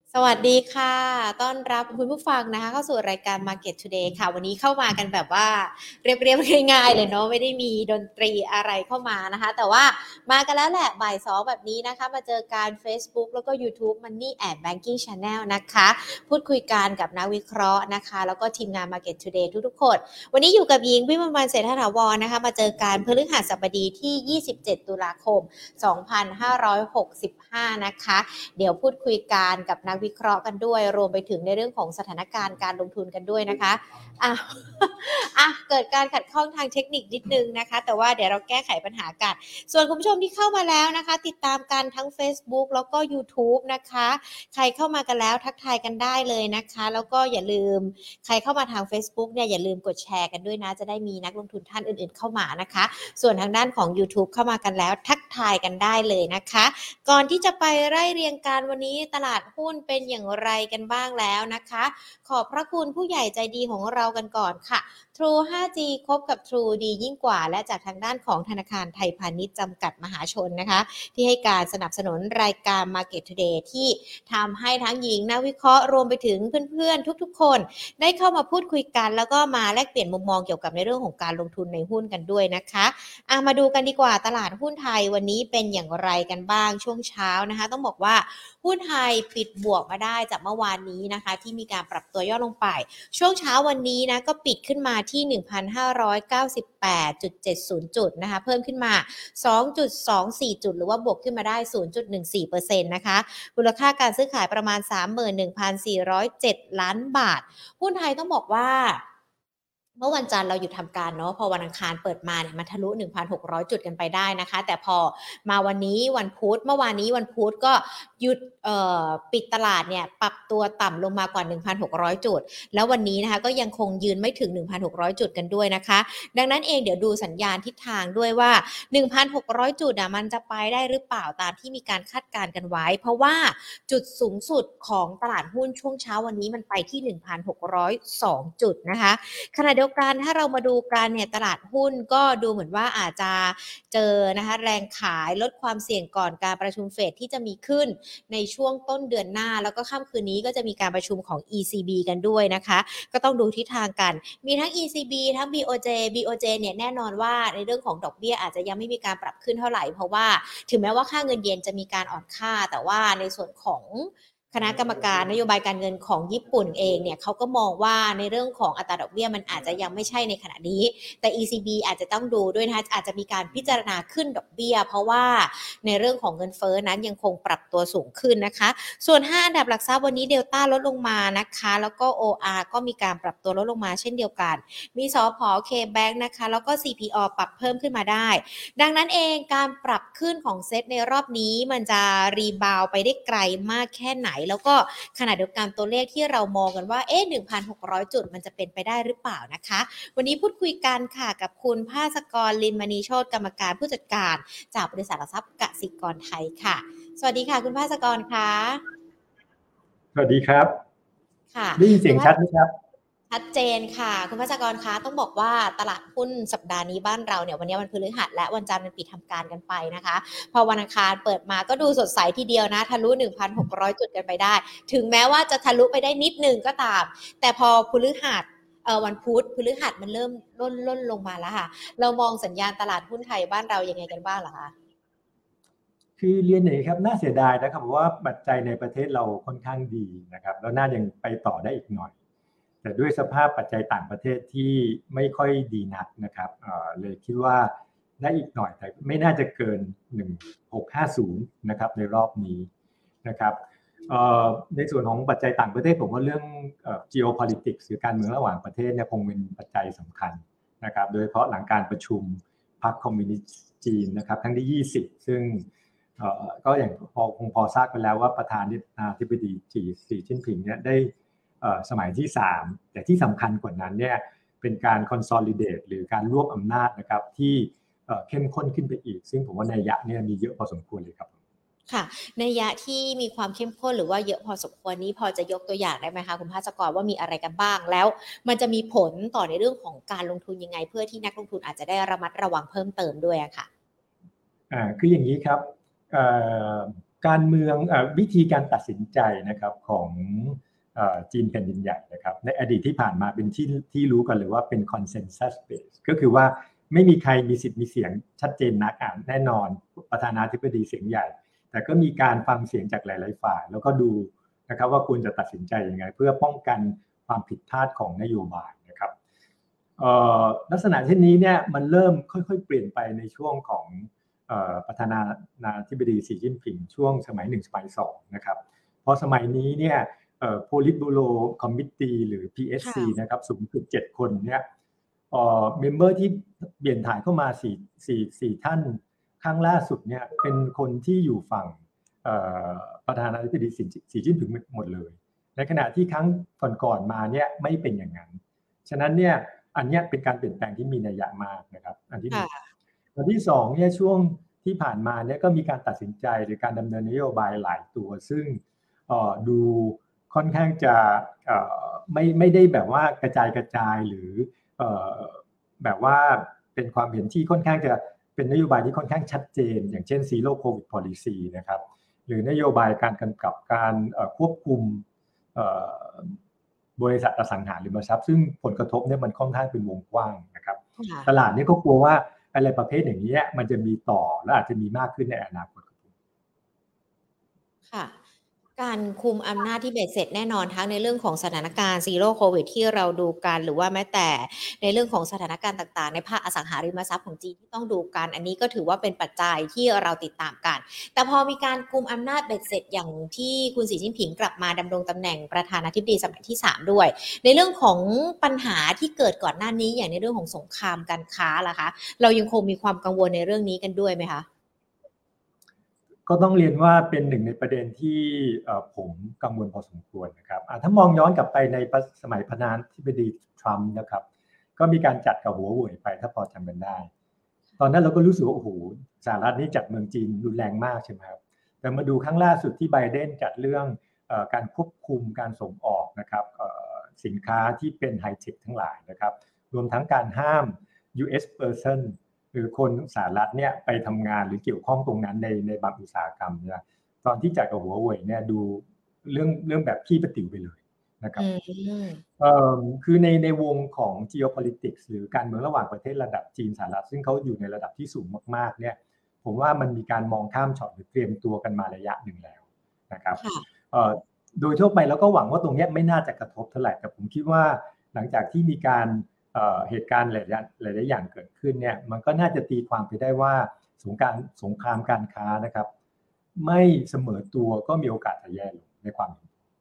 สวัสดีค่ะต้อนรับคุณผู้ฟังนะคะเข้าสู่รายการ Market Today ค่ะวันนี้เข้ามากันแบบว่าเรียบๆง่ายๆเลยเนาะไม่ได้มีดนตรีอะไรเข้ามานะคะแต่ว่ามากันแล้วแหละบ่าย2แบบนี้นะคะมาเจอการ Facebook แล้วก็ YouTube Money and Banking Channel นะคะพูดคุยกันกับนักวิเคราะห์นะคะแล้วก็ทีมงาน Market Today ทุกๆคนวันนี้อยู่กับหญิงวิมลวรรณเศรษฐถาวรนะคะมาเจอการพฤหัสบดีที่27ตุลาคม2565นะคะเดี๋ยวพูดคุยกันกับนักวิเคราะห์กันด้วยรวมไปถึงในเรื่องของสถานการณ์การลงทุนกันด้วยนะคะเกิดการขัดข้องทางเทคนิคนิดนึงนะคะแต่ว่าเดี๋ยวเราแก้ไขปัญหากันส่วนคุณผู้ชมที่เข้ามาแล้วนะคะติดตามกันทั้ง Facebook แล้วก็ YouTube นะคะใครเข้ามากันแล้วทักทายกันได้เลยนะคะแล้วก็อย่าลืมใครเข้ามาทาง Facebook เนี่ยอย่าลืมกดแชร์กันด้วยนะจะได้มีนักลงทุนท่านอื่นๆเข้ามานะคะส่วนทางด้านของ YouTube เข้ามากันแล้วทักทายกันได้เลยนะคะก่อนที่จะไปไล่เรียงกันวันนี้ตลาดหุ้นเป็นอย่างไรกันบ้างแล้วนะคะขอบพระคุณผู้ใหญ่ใจดีของเรากันก่อนค่ะ True 5G คบกับ True ดียิ่งกว่าและจากทางด้านของธนาคารไทยพาณิชย์จำกัดมหาชนนะคะที่ให้การสนับสนุนรายการ Market Today ที่ทำให้ทั้งหญิงนักวิเคราะห์รวมไปถึงเพื่อนๆทุกๆคนได้เข้ามาพูดคุยกันแล้วก็มาแลกเปลี่ยนมุมมองเกี่ยวกับในเรื่องของการลงทุนในหุ้นกันด้วยนะคะมาดูกันดีกว่าตลาดหุ้นไทยวันนี้เป็นอย่างไรกันบ้างช่วงเช้านะคะต้องบอกว่าหุ้นไทยปิดบวกมาได้จากเมื่อวานนี้นะคะที่มีการปรับตัวย่อลงไปช่วงเช้าวันนี้นะก็ปิดขึ้นมาที่ 1,598.70 จุดนะคะเพิ่มขึ้นมา 2.24 จุดหรือว่าบวกขึ้นมาได้ 0.14% นะคะมูลค่าการซื้อขายประมาณ 31,407 ล้านบาทหุ้นไทยต้องบอกว่าเมื่อวันจันทร์เราหยุดทำการเนาะพอวันอังคารเปิดมาเนี่ยมันทะลุ 1,600 จุดกันไปได้นะคะแต่พอมาวันนี้วันพุธเมื่อวานนี้วันพุธก็หยุดปิดตลาดเนี่ยปรับตัวต่ำลงมากว่า 1,600 จุดแล้ววันนี้นะคะก็ยังคงยืนไม่ถึง 1,600 จุดกันด้วยนะคะดังนั้นเองเดี๋ยวดูสัญญาณทิศทางด้วยว่า 1,600 จุดมันจะไปได้หรือเปล่าตามที่มีการคาดการณ์กันไว้เพราะว่าจุดสูงสุดของตลาดหุ้นช่วงเช้าวันนี้มันไปที่ 1,602 จุดนะคะขณะเดียวกันถ้าเรามาดูกันเนี่ยตลาดหุ้นก็ดูเหมือนว่าอาจจะเจอนะคะแรงขายลดความเสี่ยงก่อนการประชุมเฟดที่จะมีขึ้นในช่วงต้นเดือนหน้าแล้วก็ค่ำคืนนี้ก็จะมีการประชุมของ ECB กันด้วยนะคะก็ต้องดูทิศทางกันมีทั้ง ECB ทั้ง BOJ เนี่ยแน่นอนว่าในเรื่องของดอกเบี้ยอาจจะยังไม่มีการปรับขึ้นเท่าไหร่เพราะว่าถึงแม้ว่าค่าเงินเยนจะมีการอ่อนค่าแต่ว่าในส่วนของคณะกรรมการนโยบายการเงินของญี่ปุ่นเองเนี่ยเขาก็มองว่าในเรื่องของอัตราดอกเบี้ยมันอาจจะยังไม่ใช่ในขณะนี้แต่ ECB อาจจะต้องดูด้วยนะคะอาจจะมีการพิจารณาขึ้นดอกเบี้ยเพราะว่าในเรื่องของเงินเฟ้อนั้นยังคงปรับตัวสูงขึ้นนะคะส่วน5อันดับหลักทรัพย์วันนี้เดลต้าลดลงมานะคะแล้วก็ OR ก็มีการปรับตัวลดลงมาเช่นเดียวกันมีสผ KBank นะคะแล้วก็ CPO ปรับเพิ่มขึ้นมาได้ดังนั้นเองการปรับขึ้นของเซตในรอบนี้มันจะรีบาวไปได้ไกลมากแค่ไหนแล้วก็ขณะเดียวกันตัวเลขที่เรามองกันว่า1,600 จุดมันจะเป็นไปได้หรือเปล่านะคะวันนี้พูดคุยกันค่ะกับคุณภาสกรลินมณีโชติกรรมการผู้จัดการจากบริษัทหลักทรัพย์กสิกรไทยค่ะสวัสดีค่ะคุณภาสกรค่ะสวัสดีครับค่ะได้ยินเสียงชัดไหมครับชัดเจนค่ะคุณภาสกรคะต้องบอกว่าตลาดหุ้นสัปดาห์นี้บ้านเราเนี่ยวันนี้วันพฤหัสและวันจันทร์มันปิดทำการกันไปนะคะพอวันอังคารเปิดมาก็ดูสดใสทีเดียวนะทะลุ 1,600 จุดกันไปได้ถึงแม้ว่าจะทะลุไปได้นิดนึงก็ตามแต่พอพฤหัสวันพุธพฤหัสมันเริ่มล่นลงมาแล้วค่ะเรามองสัญญาณตลาดหุ้นไทยบ้านเรายังไงกันบ้างเหรอคะคือเรียนอย่างนี้ครับน่าเสียดายนะครับว่าปัจจัยในประเทศเราค่อนข้างดีนะครับแล้วน่ายังไปต่อได้อีกหน่อยแต่ด้วยสภาพปัจจัยต่างประเทศที่ไม่ค่อยดีนักนะครับเลยคิดว่าได้อีกหน่อยแต่ไม่น่าจะเกิน1650นะครับในรอบนี้นะครับในส่วนของปัจจัยต่างประเทศผมว่าเรื่องgeopolitics หรือการเมืองระหว่างประเทศเนี่ยคงเป็นปัจจัยสำคัญนะครับโดยเฉพาะหลังการประชุมพรรคคอมมิวนิสต์จีนนะครับครั้งที่20ซึ่งก็อย่างพอทราบกันแล้วว่าประธานาธิบดีสีจิ้นผิงเนี่ยได้สมัยที่3แต่ที่สำคัญกว่านั้นเนี่ยเป็นการ consolidate หรือการรวบอำนาจนะครับที่เข้มข้นขึ้นไปอีกซึ่งผมว่านัยยะเนี่ยมีเยอะพอสมควรเลยครับค่ะนัยยะที่มีความเข้มข้นหรือว่าเยอะพอสมควรนี้พอจะยกตัวอย่างได้ไหมคะคุณภาสกรว่ามีอะไรกันบ้างแล้วมันจะมีผลต่อในเรื่องของการลงทุนยังไงเพื่อที่นักลงทุนอาจจะได้ระมัดระวังเพิ่มเติมด้วยอะค่ะคืออย่างนี้ครับการเมืองวิธีการตัดสินใจนะครับของจีนแผ่นดินใหญ่นะครับในอดีตที่ผ่านมาเป็นที่รู้กันเลยว่าเป็น consensus based ก็คือว่าไม่มีใครมีสิทธิ์มีเสียงชัดเจนนักแน่นอนประธานาธิบดีเสียงใหญ่แต่ก็มีการฟังเสียงจากหลายๆฝ่ายแล้วก็ดูนะครับว่าควรจะตัดสินใจยังไงเพื่อป้องกันความผิดพลาดของนโยบายนะครับลักษณะเช่นนี้เนี่ยมันเริ่มค่อยๆเปลี่ยนไปในช่วงของประธานาธิบดีสีจิ้นผิงช่วงสมัย1สมัย2นะครับพอสมัยนี้เนี่ยPolitburo Committee หรือ PSC นะครับสูงสุด7คนเนี่ยเมมเบอร์ที่เปลี่ยนถ่ายเข้ามา4ท่านข้างล่าสุดเนี่ยเป็นคนที่อยู่ฝั่งประธานาธิบดีสีจิ้นผิงหมดเลยในขณะที่ครั้งก่อนๆมาเนี่ยไม่เป็นอย่างนั้นฉะนั้นเนี่ยอันนี้เป็นการเปลี่ยนแปลงที่มีนัยยะมากนะครับอันที่1อันที่2เนี่ยช่วงที่ผ่านมาเนี่ยก็มีการตัดสินใจหรือการดำเนินนโยบายหลายตัวซึ่งดูค่อนข้างจะไม่ได้แบบว่ากระจายหรือแบบว่าเป็นความเห็นที่ค่อนข้างจะเป็นนโยบายที่ค่อนข้างชัดเจนอย่างเช่น Zero COVID Policy นะครับหรือนโยบายการกำกับการควบคุมบริษัทอสังหาริมทรัพย์ซึ่งผลกระทบเนี่ยมันค่อนข้างเป็นวงกว้างนะครับตลาดนี่ก็กลัวว่าอะไรประเภทอย่างนี้มันจะมีต่อและอาจจะมีมากขึ้นในอนาคตค่ะการคุมอำนาจที่เบ็ดเสร็จแน่นอนทั้งในเรื่องของสถานการณ์ซีโร่โควิดที่เราดูกันหรือว่าแม้แต่ในเรื่องของสถานการณ์ต่างๆในภาคอสังหาริมทรัพย์ของจีนที่ต้องดูกันอันนี้ก็ถือว่าเป็นปัจจัยที่เราติดตามกันแต่พอมีการคุมอำนาจเบ็ดเสร็จอย่างที่คุณสีจิ้นผิงกลับมาดำรงตำแหน่งประธานาธิบดีสมัยที่3ด้วยในเรื่องของปัญหาที่เกิดก่อนหน้านี้อย่างในเรื่องของสงครามการค้าล่ะคะเรายังคงมีความกังวลในเรื่องนี้กันด้วยไหมคะก็ต้องเรียนว่าเป็นหนึ่งในประเด็นที่ผมกังวลพอสมควรนะครับถ้ามองย้อนกลับไปในสมัยประธานาธิบดีทรัมป์นะครับก็มีการจัดกับหัวเว่ยไปถ้าพอจำกันได้ตอนนั้นเราก็รู้สึกว่าโอ้โหสหรัฐนี่จัดเมืองจีนรุนแรงมากใช่ไหมครับแต่มาดูครั้งล่าสุดที่ไบเดนจัดเรื่องการควบคุมการส่งออกนะครับสินค้าที่เป็นไฮเทคทั้งหลายนะครับรวมทั้งการห้าม US personหรือคนสหรัฐเนี่ยไปทำงานหรือเกี่ยวข้องตรงนั้นในบางอุตสาหกรรมเนี่ยตอนที่จัดกับหัวเว่ยเนี่ยดูเรื่องแบบขี้ประติ๋วไปเลยนะครับคือในวงของ geopolitics หรือการเมืองระหว่างประเทศระดับจีนสหรัฐซึ่งเขาอยู่ในระดับที่สูงมากๆเนี่ยผมว่ามันมีการมองข้ามช็อตหรือเตรียมตัวกันมาระยะหนึ่งแล้วนะครับโดยทั่วไปแล้วก็หวังว่าตรงนี้ไม่น่าจะกระทบเท่าไหร่แต่ผมคิดว่าหลังจากที่มีการเหตุการณ์หลายอย่างเกิดขึ้นเนี่ยมันก็น่าจะตีความไปได้ว่าสงครามการค้านะครับไม่เสมอตัวก็มีโอกาสจะแย่ลงในความ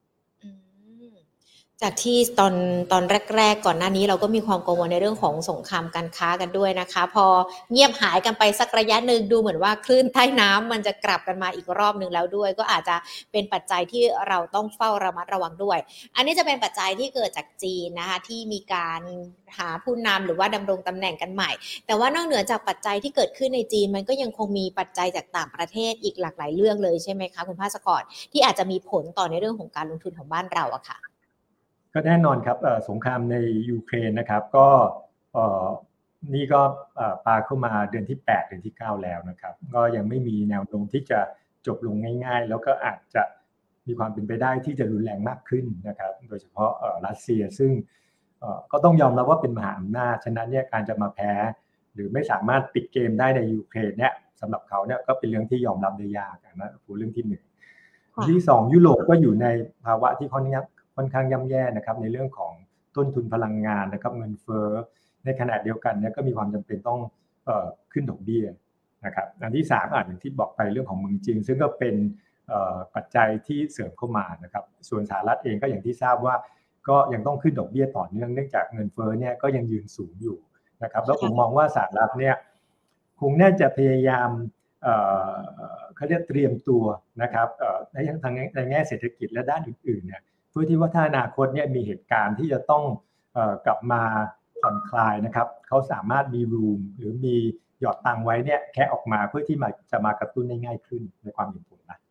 จากที่ตอนแรกๆก่อนหน้านี้เราก็มีความกังวลในเรื่องของสงครามการค้ากันด้วยนะคะพอเงียบหายกันไปสักระยะนึงดูเหมือนว่าคลื่นใต้น้ำมันจะกลับกันมาอีกรอบนึงแล้วด้วยก็อาจจะเป็นปัจจัยที่เราต้องเฝ้าระมัดระวังด้วยอันนี้จะเป็นปัจจัยที่เกิดจากจีนนะคะที่มีการหาผู้นำหรือว่าดำรงตำแหน่งกันใหม่แต่ว่านอกเหนือจากปัจจัยที่เกิดขึ้นในจีนมันก็ยังคงมีปัจจัยจากต่างประเทศอีกหลากหลายเรื่องเลยใช่ไหมคะคุณภาสกรที่อาจจะมีผลต่อในเรื่องของการลงทุนของบ้านเราอะค่ะก็แน่นอนครับสงครามในยูเครนนะครับก็นี่ก็ปาเข้ามาเดือนที่8เดือนที่9แล้วนะครับก็ยังไม่มีแนวโน้มที่จะจบลงง่ายๆแล้วก็อาจจะมีความเป็นไปได้ที่จะรุนแรงมากขึ้นนะครับโดยเฉพาะรัสเซียซึ่งก็ต้องยอมรับว่าเป็นมหาอำนาจฉะนั้นเนี่ยการจะมาแพ้หรือไม่สามารถปิดเกมได้ในยูเครนเนี่ยสำหรับเขาเนี่ยก็เป็นเรื่องที่ยอมรับได้ยากนะเรื่องที่1ที่2ยุโรปก็อยู่ในภาวะที่ค่อนข้างย่ำแย่นะครับในเรื่องของต้นทุนพลังงานนะครับเงินเฟ้อในขณะเดียวกันเนี่ยก็มีความจำเป็นต้องขึ้นดอกเบี้ยนะครับอันที่3อย่างที่บอกไปเรื่องของเมืองจีนซึ่งก็เป็นปัจจัยที่เสริมเข้ามานะครับส่วนสหรัฐเองก็อย่างที่ทราบว่าก็ยังต้องขึ้นดอกเบี้ยต่อเนื่องจากเงินเฟ้อเนี่ยก็ยังยืนสูงอยู่นะครับแล้วผมมองว่าสหรัฐเนี่ยคงน่าจะพยายามเขาเรียกเตรียมตัวนะครับในแง่เศรษฐกิจและด้านอื่นๆเนี่ยเพื่อที่ว่าถ้าอนาคตเนี่ยมีเหตุการณ์ที่จะต้องกลับมาผ่อนคลายนะครับเขาสามารถมีรูมหรือมีหยอดตังไว้เนี่ยแค่ออกมาเพื่อที่จะมากระตุ้นได้ง่ายขึ้นในความเห็นผมนะ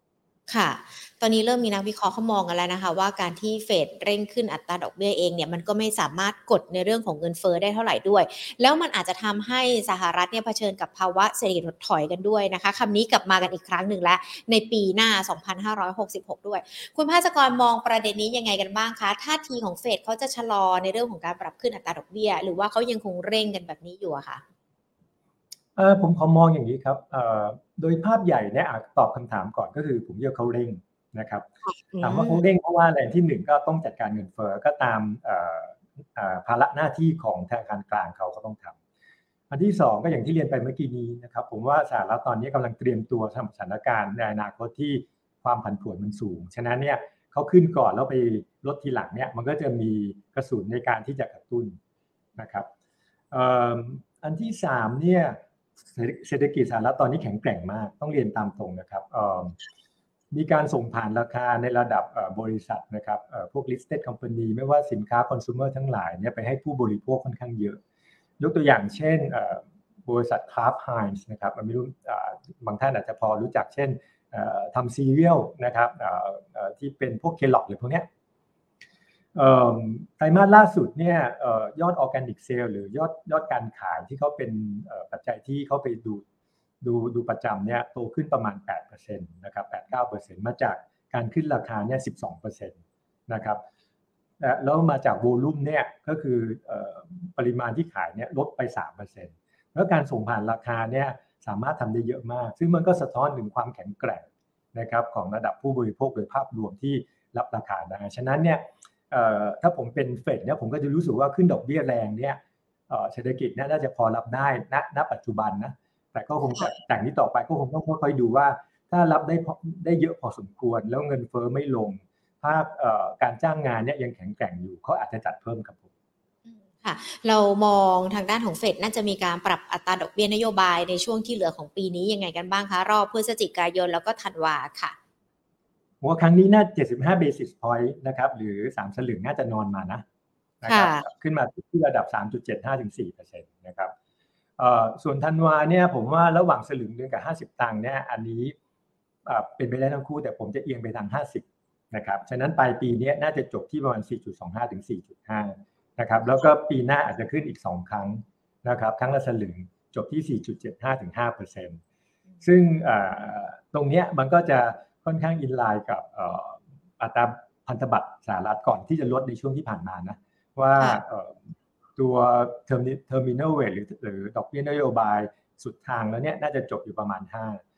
ค่ะตอนนี้เริ่มมีนักวิเคราะห์เขามองกันแล้วนะคะว่าการที่เฟดเร่งขึ้นอัตราดอกเบี้ยเองเนี่ยมันก็ไม่สามารถกดในเรื่องของเงินเฟ้อได้เท่าไหร่ด้วยแล้วมันอาจจะทำให้สหรัฐเนี่ยเผชิญกับภาวะเศรษฐกิจถดถอยกันด้วยนะคะคำนี้กลับมากันอีกครั้งหนึ่งแล้วในปีหน้า2566ด้วยคุณภาสกรมองประเด็นนี้ยังไงกันบ้างคะท่าทีของเฟดเขาจะชะลอในเรื่องของการปรับขึ้นอัตราดอกเบี้ยหรือว่าเขายังคงเร่งกันแบบนี้อยู่อะคะผมขอมองอย่างนี้ครับโดยภาพใหญ่เนี่ยตอบคำถามก่อนก็คือผมเชื่อเขาเร่งนะครับถามว่าเขาเร่งเพราะว่าอะไรที่หนึ่งก็ต้องจัดการเงินเฟ้อก็ตามภาระหน้าที่ของธนาคารกลางเขาก็ต้องทำอันที่สองก็อย่างที่เรียนไปเมื่อกี้นี้นะครับผมว่าสหรัฐตอนนี้กำลังเตรียมตัวสำหรับสถานการณ์ในอนาคตที่ความผันผวนมันสูงฉะนั้นเนี่ยเขาขึ้นก่อนแล้วไปลดทีหลังเนี่ยมันก็จะมีกระสุนในการที่จะกระตุ้นนะครับอันที่สามเนี่ยเศรษฐกิจสหรัฐตอนนี้แข็งแกร่งมากต้องเรียนตามตรงนะครับมีการส่งผ่านราคาในระดับบริษัทนะครับพวก listed company ไม่ว่าสินค้า consumer ทั้งหลายเนี่ยไปให้ผู้บริโภคค่อนข้างเยอะยกตัวอย่างเช่นบริษัท Kraft Heinz นะครับไม่รู้บางท่านอาจจะพอรู้จักเช่นทำซีเรียลนะครับที่เป็นพวกเคลล็อกหรือพวกเนี้ยไตรมาสล่าสุดเนี่ยยอด organic sale หรือยอดการขายที่เขาเป็นปัจจัยที่เขาไปดูประจำเนี่ยโตขึ้นประมาณ 8% นะครับ 8-9% มาจากการขึ้นราคาเนี่ย 12% นะครับแล้วมาจากโวลุ่มเนี่ยก็คือปริมาณที่ขายเนี่ยลดไป 3% แล้วการส่งผ่านราคาเนี่ยสามารถทำได้เยอะมากซึ่งมันก็สะท้อนถึงความแข็งแกร่งนะครับของระดับผู้บริโภคโดยภาพรวมที่รับราคาได้ฉะนั้นเนี่ยถ้าผมเป็นเฟดเนี่ยผมก็จะรู้สึกว่าขึ้นดอกเบี้ยแรงเนี่ยเศรษฐกิจน่าจะพอรับได้ณปัจจุบันนะแต่ก็คงจะแต่งนี้ต่อไปก็คงต้องค่อยๆดูว่าถ้ารับได้เยอะพอสมควรแล้วเงินเฟ้อไม่ลงภาพการจ้างงานเนี่ยยังแข็งแกร่งอยู่เขาอาจจะจัดเพิ่มครับผมค่ะเรามองทางด้านของเฟดน่าจะมีการปรับอัตราดอกเบี้ยนโยบายในช่วงที่เหลือของปีนี้ยังไงกันบ้างคะรอบพฤศจิกายนแล้วก็ธันวาค่ะผมว่าครั้งนี้น่า75 basis point นะครับหรือ3สลึงน่าจะนอนมานะครับขึ้นมาที่ระดับ 3.75 ถึง 4% นะครับส่วนธันวาเนี่ยผมว่าระหว่างสลึงนึงกับ50ตังค์เนี่ยอันนี้เป็นไปได้ทั้งคู่แต่ผมจะเอียงไปทาง50นะครับฉะนั้นปลายปีนี้น่าจะจบที่ประมาณ 4.25 ถึง 4.5 นะครับแล้วก็ปีหน้าอาจจะขึ้นอีก2ครั้งนะครับครั้งละสลึงจบที่ 4.75 ถึง 5% ซึ่งตรงนี้มันก็จะค่อนข้างอินไลน์กับอัตราพันธบัตรสหรัฐก่อนที่จะลดในช่วงที่ผ่านมานะว่าตัว terminal rate หรือดอกเบี้ยนโยบายสุดทางแล้วเนี่ยน่าจะจบอยู่ประมาณ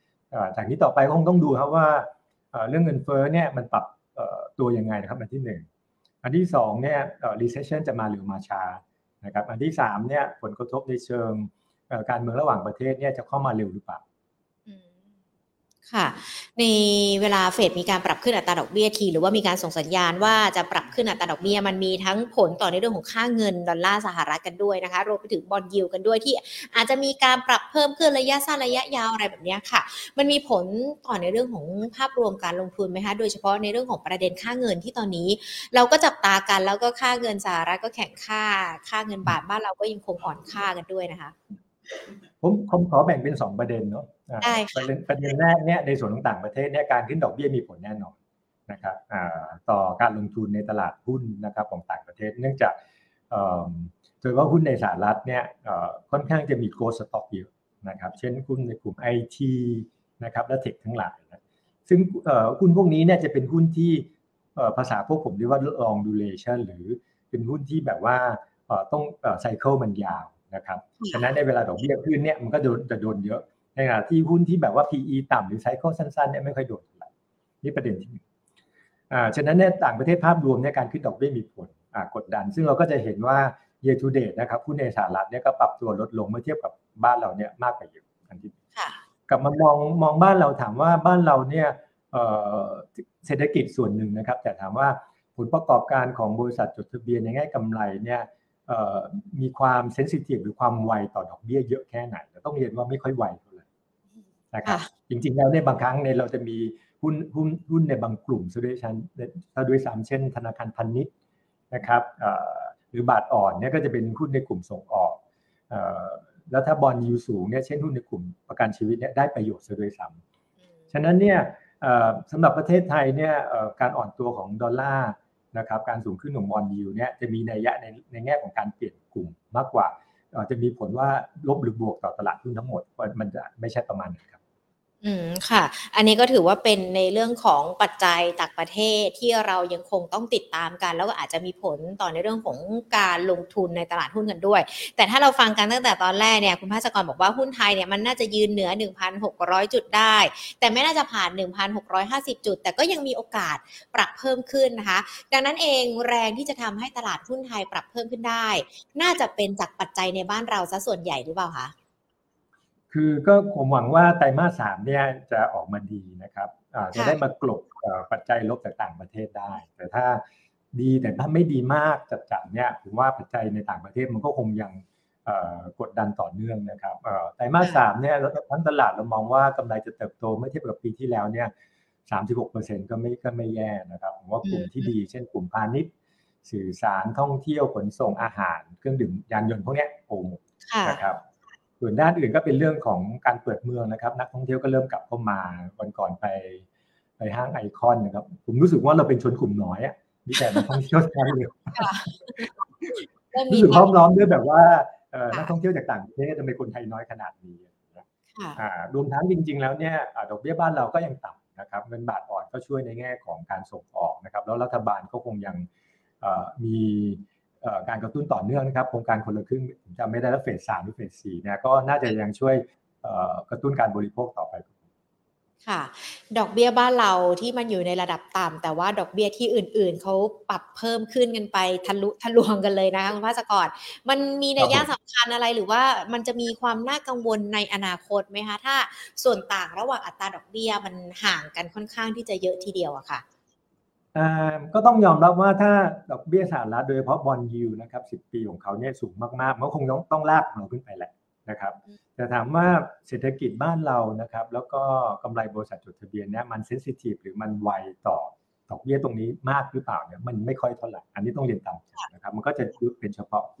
5จากนี้ต่อไปคงต้องดูครับว่าเรื่องเงินเฟ้อเนี่ยมันปรับตัวยังไงนะครับอันที่1อันที่2เนี่ยrecession จะมาหรือมาช้านะครับอันที่3เนี่ยผลกระทบในเชิงการเมืองระหว่างประเทศเนี่ยจะเข้ามาเร็วหรือเปล่าค่ะในเวลาเฟดมีการปรับขึ้นอัตราดอกเบี้ยทีหรือว่ามีการส่งสัญญาณว่าจะปรับขึ้นอัตราดอกเบี้ยมันมีทั้งผลต่อในเรื่องของค่าเงินดอลลาร์สหรัฐกันด้วยนะคะรวมไปถึงบอนด์ยิลด์กันด้วยที่อาจจะมีการปรับเพิ่มขึ้นระยะสั้นระยะยาวอะไรแบบนี้ค่ะมันมีผลต่อในเรื่องของภาพรวมการลงทุนไหมคะโดยเฉพาะในเรื่องของประเด็นค่าเงินที่ตอนนี้เราก็จับตากันแล้วก็ค่าเงินสหรัฐก็แข่งค่าเงินบาทบ้านเราก็ยังคงอ่อนค่ากันด้วยนะคะผมขอแบ่งเป็น2ประเด็นเนาะประเด็นแรกเนี่ยในส่วนของต่างประเทศเนี่ยการขึ้นดอกเบี้ยมีผลแน่นอนนะครับต่อการลงทุนในตลาดหุ้นนะครับของต่างประเทศเนื่องจากโดยเฉพาะหุ้นในสหรัฐเนี่ยค่อนข้างจะมีโกลด์สต็อกเยอะนะครับเช่นหุ้นในกลุ่ม IT นะครับและเทคทั้งหลายนะซึ่งหุ้นพวกนี้เนี่ยจะเป็นหุ้นที่ภาษาพวกผมเรียกว่า long duration หรือเป็นหุ้นที่แบบว่าต้องไซเคิลมันยาวนะครับฉะนั้นในเวลาดอกเบี้ยขึ้นเนี่ยมันก็จะโดนเยอะในขณะที่หุ้นที่แบบว่า PE ต่ำหรือไซเคิลสั้นๆเนี่ยไม่ค่อยโดนเท่าไหร่นี่ประเด็นที่ฉะนั้นในต่างประเทศภาพรวมเนี่ยการขึ้นดอกเบี้ยมีผลกดดันซึ่งเราก็จะเห็นว่า year to date นะครับหุ้นในสหรัฐเนี่ยก็ปรับตัวลดลงเมื่อเทียบกับบ้านเราเนี่ยมากกว่าเยอะอันที่กลับมามองบ้านเราถามว่าบ้านเราเนี่ยเศรษฐกิจส่วนหนึ่งนะครับแต่ถามว่าผลประกอบการของบริษัทจดทะเบียนในแง่กำไรเนี่ยมีความเซนซิทีฟหรือความไวต่อดอกเบี้ยเยอะแค่ไหนเราต้องเรียนว่าไม่ค่อยไวเท่าไหร่นะครับจริงๆแล้วในบางครั้งเนี่ยเราจะมีหุ้นในบางกลุ่มซะด้วยซ้ำเช่นธนาคารพาณิชย์นะครับหรือบาทอ่อนเนี่ยก็จะเป็นหุ้นในกลุ่มส่งออกแล้วถ้าบอนด์ยิลด์สูงเนี่ยเช่นหุ้นในกลุ่มประกันชีวิตเนี่ยได้ประโยชน์ซะด้วยซ้ำฉะนั้นเนี่ยสำหรับประเทศไทยเนี่ยการอ่อนตัวของดอลลาร์นะครับการสูงขึ้นของบอนด์ยิลด์เนี่ยจะมีนัยยะในแง่ของการเปลี่ยนกลุ่มมากกว่าจะมีผลว่าลบหรือบวกต่อตลาดหุ้นทั้งหมดมันจะไม่ใช่ประมาณนั้นครับค่ะอันนี้ก็ถือว่าเป็นในเรื่องของปัจจัยต่างประเทศที่เรายังคงต้องติดตามกันแล้วก็อาจจะมีผลต่อในเรื่องของการลงทุนในตลาดหุ้นกันด้วยแต่ถ้าเราฟังกันตั้งแต่ตอนแรกเนี่ยคุณภาสกรบอกว่าหุ้นไทยเนี่ยมันน่าจะยืนเหนือ 1,600 จุดได้แต่ไม่น่าจะผ่าน 1,650 จุดแต่ก็ยังมีโอกาสปรับเพิ่มขึ้นนะคะดังนั้นเองแรงที่จะทำให้ตลาดหุ้นไทยปรับเพิ่มขึ้นได้น่าจะเป็นจากปัจจัยในบ้านเราซะส่วนใหญ่หรือเปล่าคะคือก็ผมหวังว่าไตรมาส 3เนี่ยจะออกมาดีนะครับจะได้มากลบปัจจัยลบจากต่างประเทศได้แต่ถ้าไม่ดีมากจัดๆเนี่ยผมว่าปัจจัยในต่างประเทศมันก็คงยังกดดันต่อเนื่องนะครับไตรมาส 3เนี่ยทั้งตลาดเรามองว่ากำไรจะเติบโตเมื่อเทียบกับปีที่แล้วเนี่ย36%ก็ไม่แย่นะครับผมว่ากลุ่มที่ดีเช่นกลุ่มพาณิชย์สื่อสารท่องเที่ยวขนส่งอาหารเครื่องดื่มยานยนต์พวกนี้โอ้นะครับส่วนด้านอื่นก็เป็นเรื่องของการเปิดเมืองนะครับนักท่องเที่ยวก็เริ่มกลับเข้ามาวันก่อนไปห้างไอคอนนะครับผมรู้สึกว่าเราเป็นชนกลุ่มน้อยอ่ะมีแต่นักท่องเที่ยวทั้งเลยรู้สึกพร้อมร้อมด้วยแบบว่านักท่องเที่ยวจากต่างประเทศทำไมคนไทยน้อยขนาดนี้รวมทั้งจริงๆแล้วเนี่ยดอกเบี้ยบ้านเราก็ยังต่ำนะครับเงินบาทอ่อนก็ช่วยในแง่ของการส่งออกนะครับแล้วรัฐบาลก็คงยังมีการกระตุ้นต่อเนื่องนะครับโครงการคนละครึ่งผมจำไม่ได้แล้วเฟส 3หรือเฟส 4เนี่ยก็น่าจะยังช่วยกระตุ้นการบริโภคต่อไปค่ะดอกเบี้ยบ้านเราที่มันอยู่ในระดับต่ำแต่ว่าดอกเบี้ยที่อื่นๆเขาปรับเพิ่มขึ้นกันไปทะลุทะลวงกันเลยนะคะคุณภาสกรมันมีนัยยะสำคัญอะไรหรือว่ามันจะมีความน่ากังวลในอนาคตไหมคะถ้าส่วนต่างระหว่างอัตราดอกเบี้ยมันห่างกันค่อนข้างที่จะเยอะทีเดียวอะค่ะก็ต้องยอมรับว่าถ้าดอกเบี้ยสหรัฐโดยเฉพาะบอนด์ยิลด์นะครับ10 ปีของเขาเนี่ยสูงมากๆมันก็คงต้องลากเราขึ้นไปแหละนะครับแต่ถามว่าเศรษฐกิจบ้านเรานะครับแล้วก็กำไรบริษัทจดทะเบียนเนี่ยมันเซนซิทีฟหรือมันไวต่อดอกเบี้ยตรงนี้มากหรือเปล่าเนี่ยมันไม่ค่อยเท่าไหร่อันนี้ต้องเรียนตามนะครับมันก็จะเป็นเฉพาะ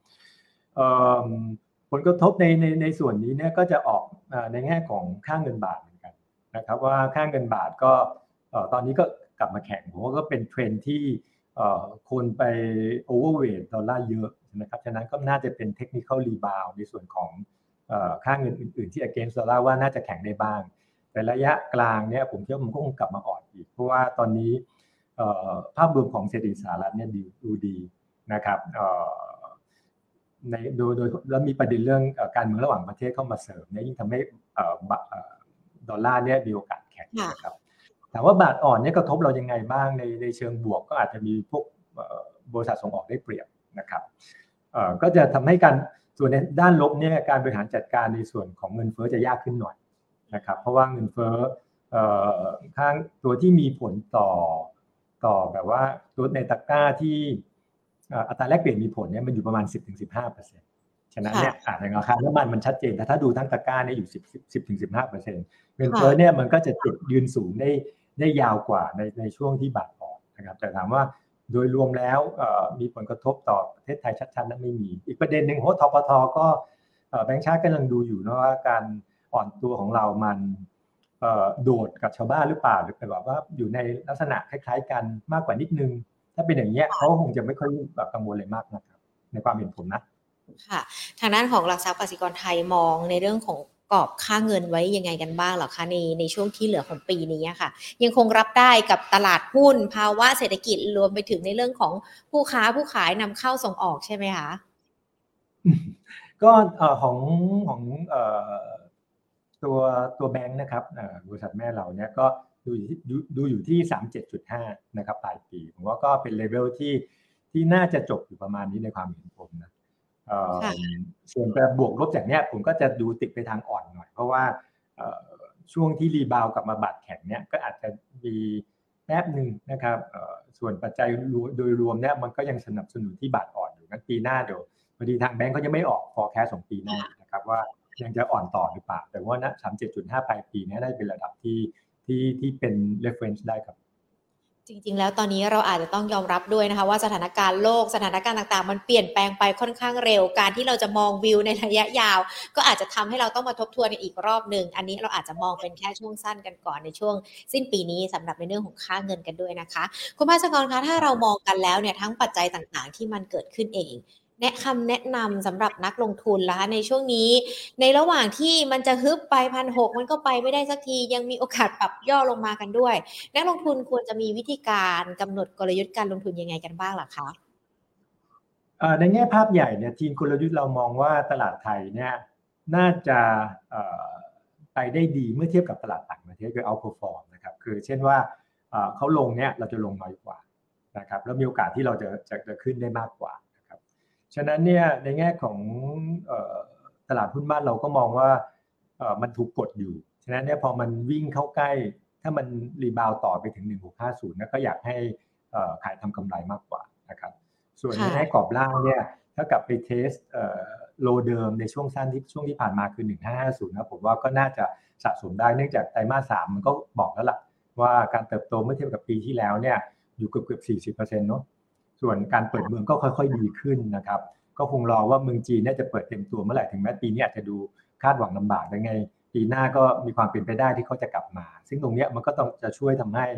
ผลกระทบในส่วนนี้เนี่ยก็จะออกในแง่ของค่าเงินบาทเหมือนกันนะครับว่าค่าเงินบาทก็ตอนนี้ก็กลับมาแข็งผมว่าก็เป็นเทรนที่คนไปโอเวอร์เวทดอลลาร์เยอะนะครับฉะนั้นก็น่าจะเป็นเทคนิคอลรีบาวในส่วนของค่าเงินอื่นๆที่ against ดอลลาร์ว่าน่าจะแข็งได้บ้างแต่ระยะกลางเนี่ยผมคิดว่ามันก็คงกลับมาอ่อนอีกเพราะว่าตอนนี้ภาพรวมของเศรษฐกิจสหรัฐเนี่ยดูดีนะครับโดยแล้วมีประเด็นเรื่องการเมืองระหว่างประเทศเข้ามาเสริมเนี่ยยิ่งทำให้ดอลลาร์เนี่ยมีโอกาสแข็งนะครับถามว่าบาทอ่อนเนี่ยกระทบเรายังไงบ้างในเชิงบวกก็อาจจะมีพวกบริษัทส่งออกได้เปรียบนะครับก็จะทำให้การส่วนในด้านลบเนี่ยการบริหารจัดการในส่วนของเงินเฟ้อจะยากขึ้นหน่อยนะครับเพราะว่าเงินเฟ้อข้างตัวที่มีผลต่อแบบว่าตัวในตะกร้าที่อัตราแลกเปลี่ยนมีผลเนี่ยมันอยู่ประมาณ 10-15% ฉะนั้นเนี่ยอย่างราคาน้ำมันชัดเจนแต่ถ้าดูทั้งตะกร้าเนี่ยอยู่ 10-15% เงินเฟ้อเนี่ยมันก็จะติดยืนสูงได้ยาวกว่าในช่วงที่บาทอ่อนนะครับแต่ถามว่าโดยรวมแล้วมีผลกระทบต่อประเทศไทยชัดๆนั้นไม่มีอีกประเด็นหนึ่งทปท.ก็แบงก์ชาติกำลังดูอยู่นะว่าการอ่อนตัวของเรามันโดดกับชาวบ้านหรือเปล่าหรือแบบว่าอยู่ในลักษณะคล้ายๆกันมากกว่านิดนึงถ้าเป็นอย่างนี้เขาคงจะไม่ค่อยแบบกังวลเลยมากนะครับในความเห็นผมนะค่ะทางด้านของหลักทรัพย์กสิกรไทยมองในเรื่องของกรอบค่าเงินไว้ยังไงกันบ้างหรอคะในช่วงที่เหลือของปีนี้ค่ะยังคงรับได้กับตลาดหุ้นภาวะเศรษฐกิจรวมไปถึงในเรื่องของผู้ค้าผู้ขายนำเข้าส่งออกใช่ไหมคะก็ของตัวแบงค์นะครับบริษัทแม่เราเนี่ยก็ดูอยู่ที่ 37.5 นะครับปลายปีผมว่าก็เป็นเลเวลที่น่าจะจบอยู่ประมาณนี้ในความเห็นผมนะส่วนแบบบวกลบจากเนี้ยผมก็จะดูติดไปทางอ่อนหน่อยเพราะว่าช่วงที่รีบาวกลับมาบาทแข็งเนี้ยก็อาจจะมีแป๊บนึงนะครับส่วนปัจจัยโดยรวมเนี้ยมันก็ยังสนับสนุนที่บาทอ่อนอยู่งั้นปีหน้าเดี๋ยวพอดีทางแบงก์ก็ยังไม่ออก forecast ของปีหน้านะครับว่ายังจะอ่อนต่อหรือเปล่าแต่ว่านะ 37.5 ปลายปีนี้ได้เป็นระดับที่เป็น reference ได้ครับจริงๆแล้วตอนนี้เราอาจจะต้องยอมรับด้วยนะคะว่าสถานการณ์โลกสถานการณ์ต่างๆมันเปลี่ยนแปลงไปค่อนข้างเร็วการที่เราจะมองวิวในระยะยาวก็อาจจะทำให้เราต้องมาทบทวนอีกรอบหนึ่งอันนี้เราอาจจะมองเป็นแค่ช่วงสั้นกันก่อนในช่วงสิ้นปีนี้สำหรับในเรื่องของค่าเงินกันด้วยนะคะคุณภาสกรคะถ้าเรามองกันแล้วเนี่ยทั้งปัจจัยต่างๆที่มันเกิดขึ้นเองแนะนำสำหรับนักลงทุนนะคะในช่วงนี้ในระหว่างที่มันจะฮึบไป1,600มันก็ไปไม่ได้สักทียังมีโอกาสปรับย่อลงมากันด้วย นักลงทุนควรจะมีวิธีการกำหนดกลยุทธ์การลงทุนยังไงกันบ้างล่ะคะในแง่ภาพใหญ่เนี่ยทีมกลยุทธ์เรามองว่าตลาดไทยเนี่ยน่าจะไปได้ดีเมื่อเทียบกับตลาดต่างประเทศคือ outperform นะครับคือเช่นว่าเขาลงเนี่ยเราจะลงน้อยกว่านะครับแล้วมีโอกาสที่เราจะขึ้นได้มากกว่านะครับฉะนั้นเนี่ยในแง่ของตลาดหุ้นบ้านเราก็มองว่ามันถูกกดอยู่ฉะนั้นเนี่ยพอมันวิ่งเข้าใกล้ถ้ามันรีบาวต่อไปถึง1650นะก็อยากให้ขายทำกำไรมากกว่านะครับส่วนในแง่กรอบล่างเนี่ยถ้ากลับไปเทสโลเดิมในช่วงสั้นช่วงที่ผ่านมาคือ1550นะผมว่าก็น่าจะสะสมได้เนื่องจากไตรมาส3มันก็บอกแล้วล่ะว่าการเติบโตเมื่อเทียบกับปีที่แล้วเนี่ยอยู่เกือบ 40% เนาะส่วนการเปิดเมืองก็ค่อยๆดีขึ้นนะครับก็คงรอว่าเมืองจีนเนี่ยจะเปิดเต็มตัวเมื่อไหร่ถึงแม้ปีนี้อาจจะดูคาดหวังลำบากยังไงปีหน้าก็มีความเป็นไปได้ที่เขาจะกลับมาซึ่งตรงนี้มันก็ต้องจะช่วยทำให้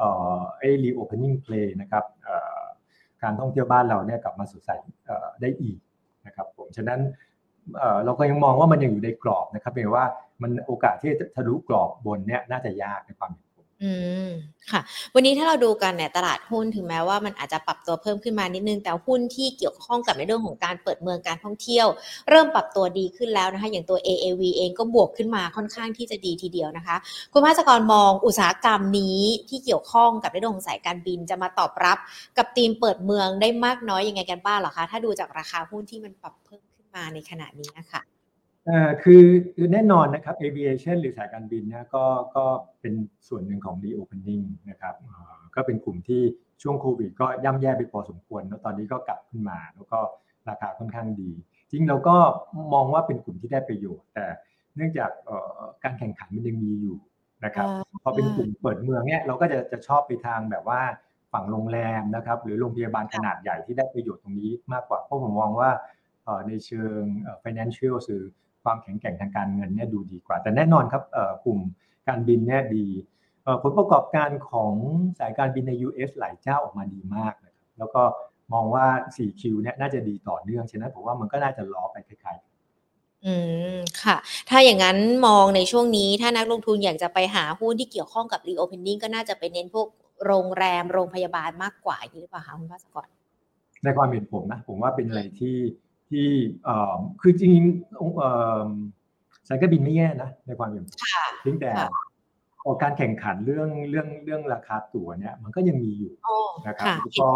reopening play นะครับการท่องเที่ยวบ้านเราเนี่ยกลับมาสดใสได้อีกนะครับผมฉะนั้นเราก็ยังมองว่ามันยังอยู่ในกรอบนะครับเพียงว่ามันโอกาสที่จะทะลุกรอบบนเนี่ยน่าจะยากในความเห็นผมค่ะวันนี้ถ้าเราดูกันเนี่ยตลาดหุ้นถึงแม้ว่ามันอาจจะปรับตัวเพิ่มขึ้นมานิดนึงแต่หุ้นที่เกี่ยวข้องกับในเรื่องของการเปิดเมืองการท่องเที่ยวเริ่มปรับตัวดีขึ้นแล้วนะคะอย่างตัว AAV เองก็บวกขึ้นมาค่อนข้างที่จะดีทีเดียวนะคะคุณภาสกรมองอุตสาหกรรมนี้ที่เกี่ยวข้องกับในเรื่องของสายการบินจะมาตอบรับกับธีมเปิดเมืองได้มากน้อยยังไงกันบ้างเหรอคะถ้าดูจากราคาหุ้นที่มันปรับเพิ่มขึ้นมาในขณะนี้นะคะคือแน่นอนนะครับ aviation หรือสายการบินเนี่ยก็เป็นส่วนหนึ่งของ reopening นะครับก็เป็นกลุ่มที่ช่วงโควิดก็ย่ำแย่ไปพอสมควรแล้วตอนนี้ก็กลับขึ้นมาแล้วก็ราคาค่อนข้างดีจริงเราก็มองว่าเป็นกลุ่มที่ได้ประโยชน์แต่เนื่องจากการแข่งขันมันยังมีอยู่นะครับพอเป็นกลุ่มเปิดเมืองเนี่ยเราก็จะชอบไปทางแบบว่าฝั่งโรงแรมนะครับหรือโรงพยาบาลขนาดใหญ่ที่ได้ประโยชน์ตรงนี้มากกว่าเพราะผมมองว่าในเชิงfinancial คือความแข็งแกร่งทางการเงินเนี่ยดูดีกว่าแต่แน่นอนครับกลุ่มการบินเนี่ยดีผลประกอบการของสายการบินใน US หลายเจ้าออกมาดีมากนะครับแล้วก็มองว่า 4Q เนี่ยน่าจะดีต่อเนื่องฉะนั้นผมว่ามันก็น่าจะล้อไปคล้ายๆค่ะถ้าอย่างนั้นมองในช่วงนี้ถ้านักลงทุนอยากจะไปหาหุ้นที่เกี่ยวข้องกับ reopening ก็น่าจะไปเน้นพวกโรงแรมโรงพยาบาลมากกว่าอย่างนี้หรือเปล่าคะคุณภาสกรในความเห็นผมนะผมว่าเป็นอะไรที่คือจริงๆสายการบินไม่แย่นะในความเห็นผมเพียงแต่การแข่งขันเรื่องราคาตั๋วเนี่ยมันก็ยังมีอยู่นะครับแล้วก็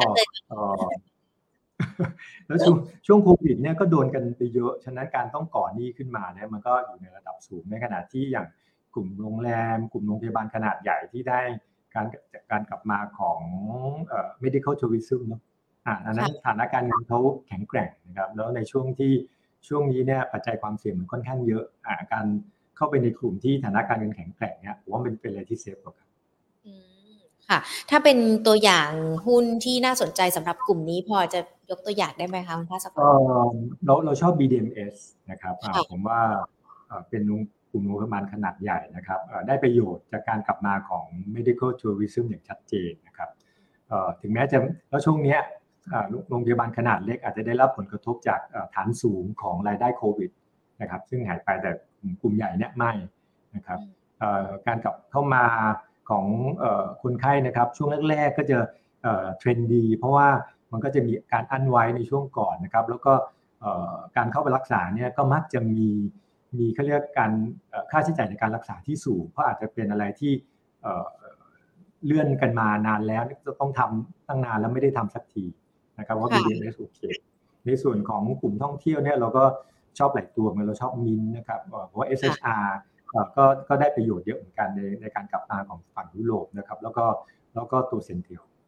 แล้วช่วงโควิดเนี่ยก็โดนกันไปเยอะฉะนั้นการต้องก่อหนี้ขึ้นมาเนี่ยมันก็อยู่ในระดับสูงในขณะที่อย่างกลุ่มโรงแรมกลุ่มโรงพยาบาลขนาดใหญ่ที่ได้การกลับมาของmedical tourism เนาะอันนั้นฐานะการเงินเขาแข็งแกร่งนะครับแล้วในช่วงนี้เนี่ยปัจจัยความเสี่ยงมันค่อนข้างเยอะการเข้าไปในกลุ่มที่ฐานะการเงินแข็งแกร่งเนี่ยผมว่ามันเป็นอะไรที่เซฟกว่ากันค่ะถ้าเป็นตัวอย่างหุ้นที่น่าสนใจสำหรับกลุ่มนี้พอจะยกตัวอย่างได้ไหมคะคุณภาสกรเราชอบ BDMs นะครับผมว่าเป็นกลุ่มโรงพยาบาลขนาดใหญ่นะครับได้ประโยชน์จากการกลับมาของ medical tourism อย่างชัดเจนนะครับถึงแม้จะแล้วช่วงนี้โรงพยาบาลขนาดเล็กอาจจะได้รับผลกระทบจากฐานสูงของรายได้โควิดนะครับซึ่งหายไปแต่กลุ่มใหญ่เนี่ยไม่นะครับการกลับเข้ามาของคนไข้นะครับช่วงแรกๆก็จะเทรนด์ดีเพราะว่ามันก็จะมีการอั้นไว้ในช่วงก่อนนะครับแล้วก็การเข้าไปรักษาเนี่ยก็มักจะมีเขาเรียกการค่าใช้จ่ายในการรักษาที่สูงเพราะอาจจะเป็นอะไรที่เลื่อนกันมานานแล้วจะต้องทำตั้งนานแล้วไม่ได้ทำสักทีนะครับว่า BDMs โอเคในส่วนของกลุ่มท่องเที่ยวเนี่ยเราก็ชอบหลายตัวเราชอบมินนะครับเพราะว่า SHR ก็ได้ประโยชน์เยอะเหมือนกันในการกลับมาของฝั่งยุโรปนะครับแล้วก็ตัวเซนเทียล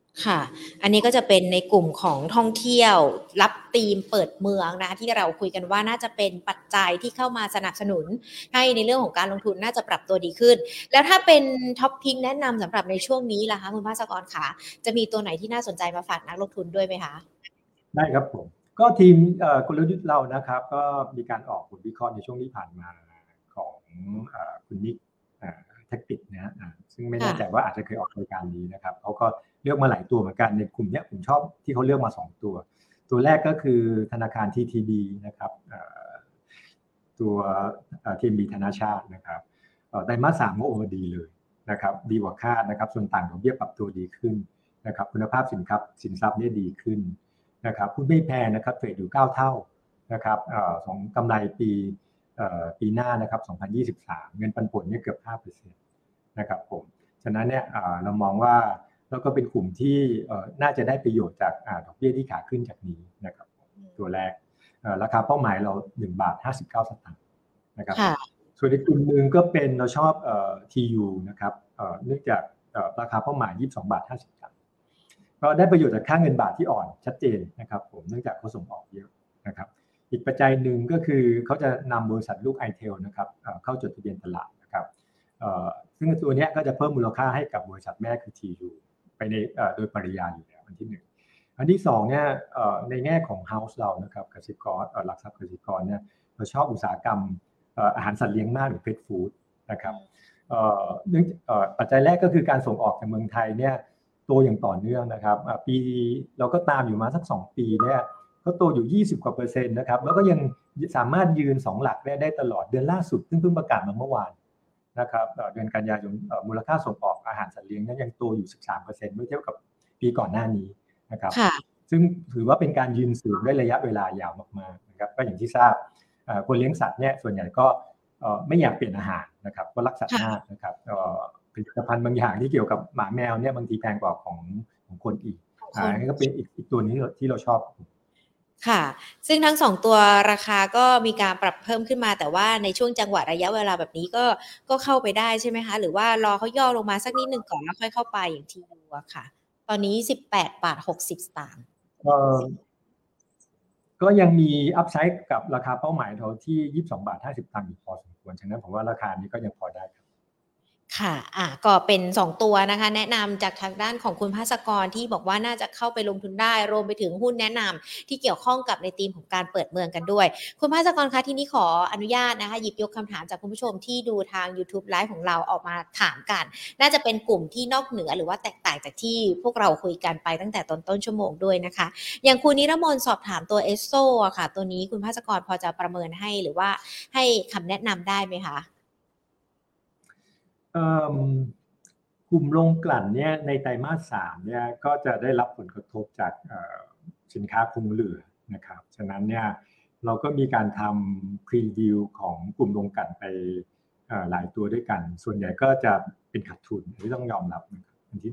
ค่ะ อันนี้ก็จะเป็นในกลุ่มของท่องเที่ยวรับธีมเปิดเมืองนะคะที่เราคุยกันว่าน่าจะเป็นปัจจัยที่เข้ามาสนับสนุนให้ในเรื่องของการลงทุนน่าจะปรับตัวดีขึ้นแล้วถ้าเป็นท็อปพิกแนะนำสำหรับในช่วงนี้ล่ะคะคุณภาสกรคะจะมีตัวไหนที่น่าสนใจมาฝากนักลงทุนด้วยไหมคะได้ครับผมก็ทีมกลยุทธ์เรานะครับก็มีการออกผลวิเคราะห์ในช่วงที่ผ่านมาของคุณนิกแท็กติกนะฮะซึ่งไม่แน่ใจว่าอาจจะเคยออกรายการนี้นะครับเขาก็เลือกมาหลายตัวเหมือนกันในกลุ่มนี้ผมชอบที่เขาเลือกมา2ตัวตัวแรกก็คือธนาคาร TTB นะครับตัว TMB ธนาชาตินะครับไตรมาส 3ก็โอเวอร์ดีเลยนะครับดีกว่าคาดนะครับส่วนต่างดอกเบี้ยปรับตัวดีขึ้นนะครับคุณภาพสินทรัพย์เนี่ยดีขึ้นนะครับหุ้นไม่แพงนะครับเทรดอยู่9เท่านะครับของกำไรปีหน้านะครับ2023เงินปันผลเนี่ยเกือบ 5% นะครับผมฉะนั้นเนี่ยเรามองว่าแล้วก็เป็นกลุ่มที่น่าจะได้ประโยชน์จากดอกเบี้ยที่ขาขึ้นจากนี้นะครับตัวแรกราคาเป้าหมายเรา1.59 บาทนะครับส่วนอีกกลุ่มนึงก็เป็นเราชอบTU นะครับเนื่องจากราคาเป้าหมาย22.50 บาทก็ได้ประโยชน์จากค่าเงินบาทที่อ่อนชัดเจนนะครับผมเนื่องจากเขาส่งออกเยอะนะครับอีกปัจจัยหนึ่งก็คือเขาจะนำบริษัทลูก iTel นะครับเข้าจดทะเบียนตลาดนะครับซึ่งตัวนี้ก็จะเพิ่มมูลค่าให้กับบริษัทแม่คือ TU ไปในโดยปริยายอยู่แล้วอันที่1อันที่2เนี่ยในแง่ของ House เรานะครับกสิกรหลักทรัพย์กสิกรเนี่ยเราชอบอุตสาหกรรมอาหารสัตว์เลี้ยงมากหรือ Pet Food นะครับปัจจัยแรกก็คือการส่งออกจากเมืองไทยเนี่ยโตอย่างต่อเนื่องนะครับปีเราก็ตามอยู่มาสัก2ปีเนี่ยก็โตอยู่20%กว่านะครับแล้วก็ยังสามารถยืน2หลักได้ตลอดเดือนล่าสุดซึ่งเพิ่งประกาศมาเมื่อวานนะครับเดือนกันยายนมูลค่าส่งออกอาหารสัตว์เลี้ยงนั้นยังโตอยู่ 13% เมื่อเทียบกับปีก่อนหน้านี้นะครับซึ่งถือว่าเป็นการยืนสูงได้ระยะเวลายาวมากๆนะครับก็อย่างที่ทราบคนเลี้ยงสัตว์เนี่ยส่วนใหญ่ก็ไม่อยากเปลี่ยนอาหารนะครับก็รักสัตว์มากนะครับผลิตภัณฑ์บางอย่างที่เกี่ยวกับหมาแมวเนี่ยบางทีแพงกว่าของคนอีกนี่ก็เป็นอีกตัวนี้ที่เราชอบค่ะซึ่งทั้ง2ตัวราคาก็มีการปรับเพิ่มขึ้นมาแต่ว่าในช่วงจังหวะระยะเวลาแบบนี้ก็เข้าไปได้ใช่ไหมคะหรือว่ารอเขาย่อลงมาสักนิดนึงก่อนแล้วค่อยเข้าไปอย่างที่ดูอะค่ะตอนนี้18.60 สตางค์ก็ยังมีอัพไซด์กับราคาเป้าหมายเราที่22.50 บาทอยู่พอสมควรฉะนั้นผมว่าราคานี้ก็ยังพอได้ครับค่ะก็เป็น2ตัวนะคะแนะนำจากทางด้านของคุณภาสกรที่บอกว่าน่าจะเข้าไปลงทุนได้รวมไปถึงหุ้นแนะนำที่เกี่ยวข้องกับในธีมของการเปิดเมืองกันด้วยคุณภาสกรคะทีนี้ขออนุญาตนะคะหยิบยกคำถามจากคุณผู้ชมที่ดูทาง YouTube Live ของเราออกมาถามกันน่าจะเป็นกลุ่มที่นอกเหนือหรือว่าแตกต่างจากที่พวกเราคุยกันไปตั้งแต่ต้นชั่วโมงด้วยนะคะอย่างคุณนิรมนต์สอบถามตัว ESSO อะค่ะตัวนี้คุณภาสกรพอจะประเมินให้หรือว่าให้คำแนะนำได้ไหมคะกลุ่มโรงกลั่นเนี่ยในไตรมาส 3เนี่ยก็จะได้รับผลกระทบจากสินค้าคงเหลือนะครับฉะนั้นเนี่ยเราก็มีการทำพรีวิวของกลุ่มโรงกลั่นไปหลายตัวด้วยกันส่วนใหญ่ก็จะเป็นขาดทุนที่ต้องยอมรับนะครับอันที่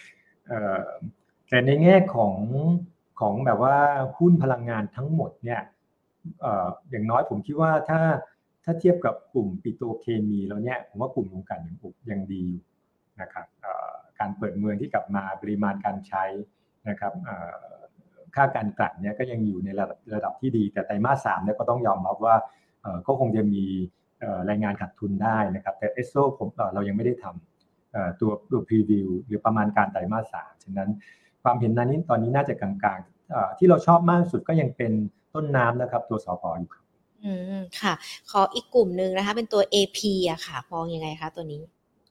แต่ในแง่ของแบบว่าหุ้นพลังงานทั้งหมดเนี่ยอย่างน้อยผมคิดว่าถ้าเทียบกับกลุ่มปิโตรเคมีแล้วเนี่ยผมว่ากลุ่มโรงกลั่นยังดีอยู่นะครับการเปิดเมืองที่กลับมาปริมาณการใช้นะครับค่าการกลั่นเนี่ยก็ยังอยู่ในระดับที่ดีแต่ไตรมาส 3เนี่ยก็ต้องยอมรับว่าก็คงจะมีรายงานขาดทุนได้นะครับแต่ ESSO เรายังไม่ได้ทำตัวพรีวิวหรือประมาณการไตรมาส 3ฉะนั้นความเห็นนั้นตอนนี้น่าจะกลางๆที่เราชอบมากสุดก็ยังเป็นต้นน้ำนะครับตัวสผอยู่ครับค่ะขออีกกลุ่มหนึ่งนะคะเป็นตัว AP อะค่ะมองยังไงคะตัวนี้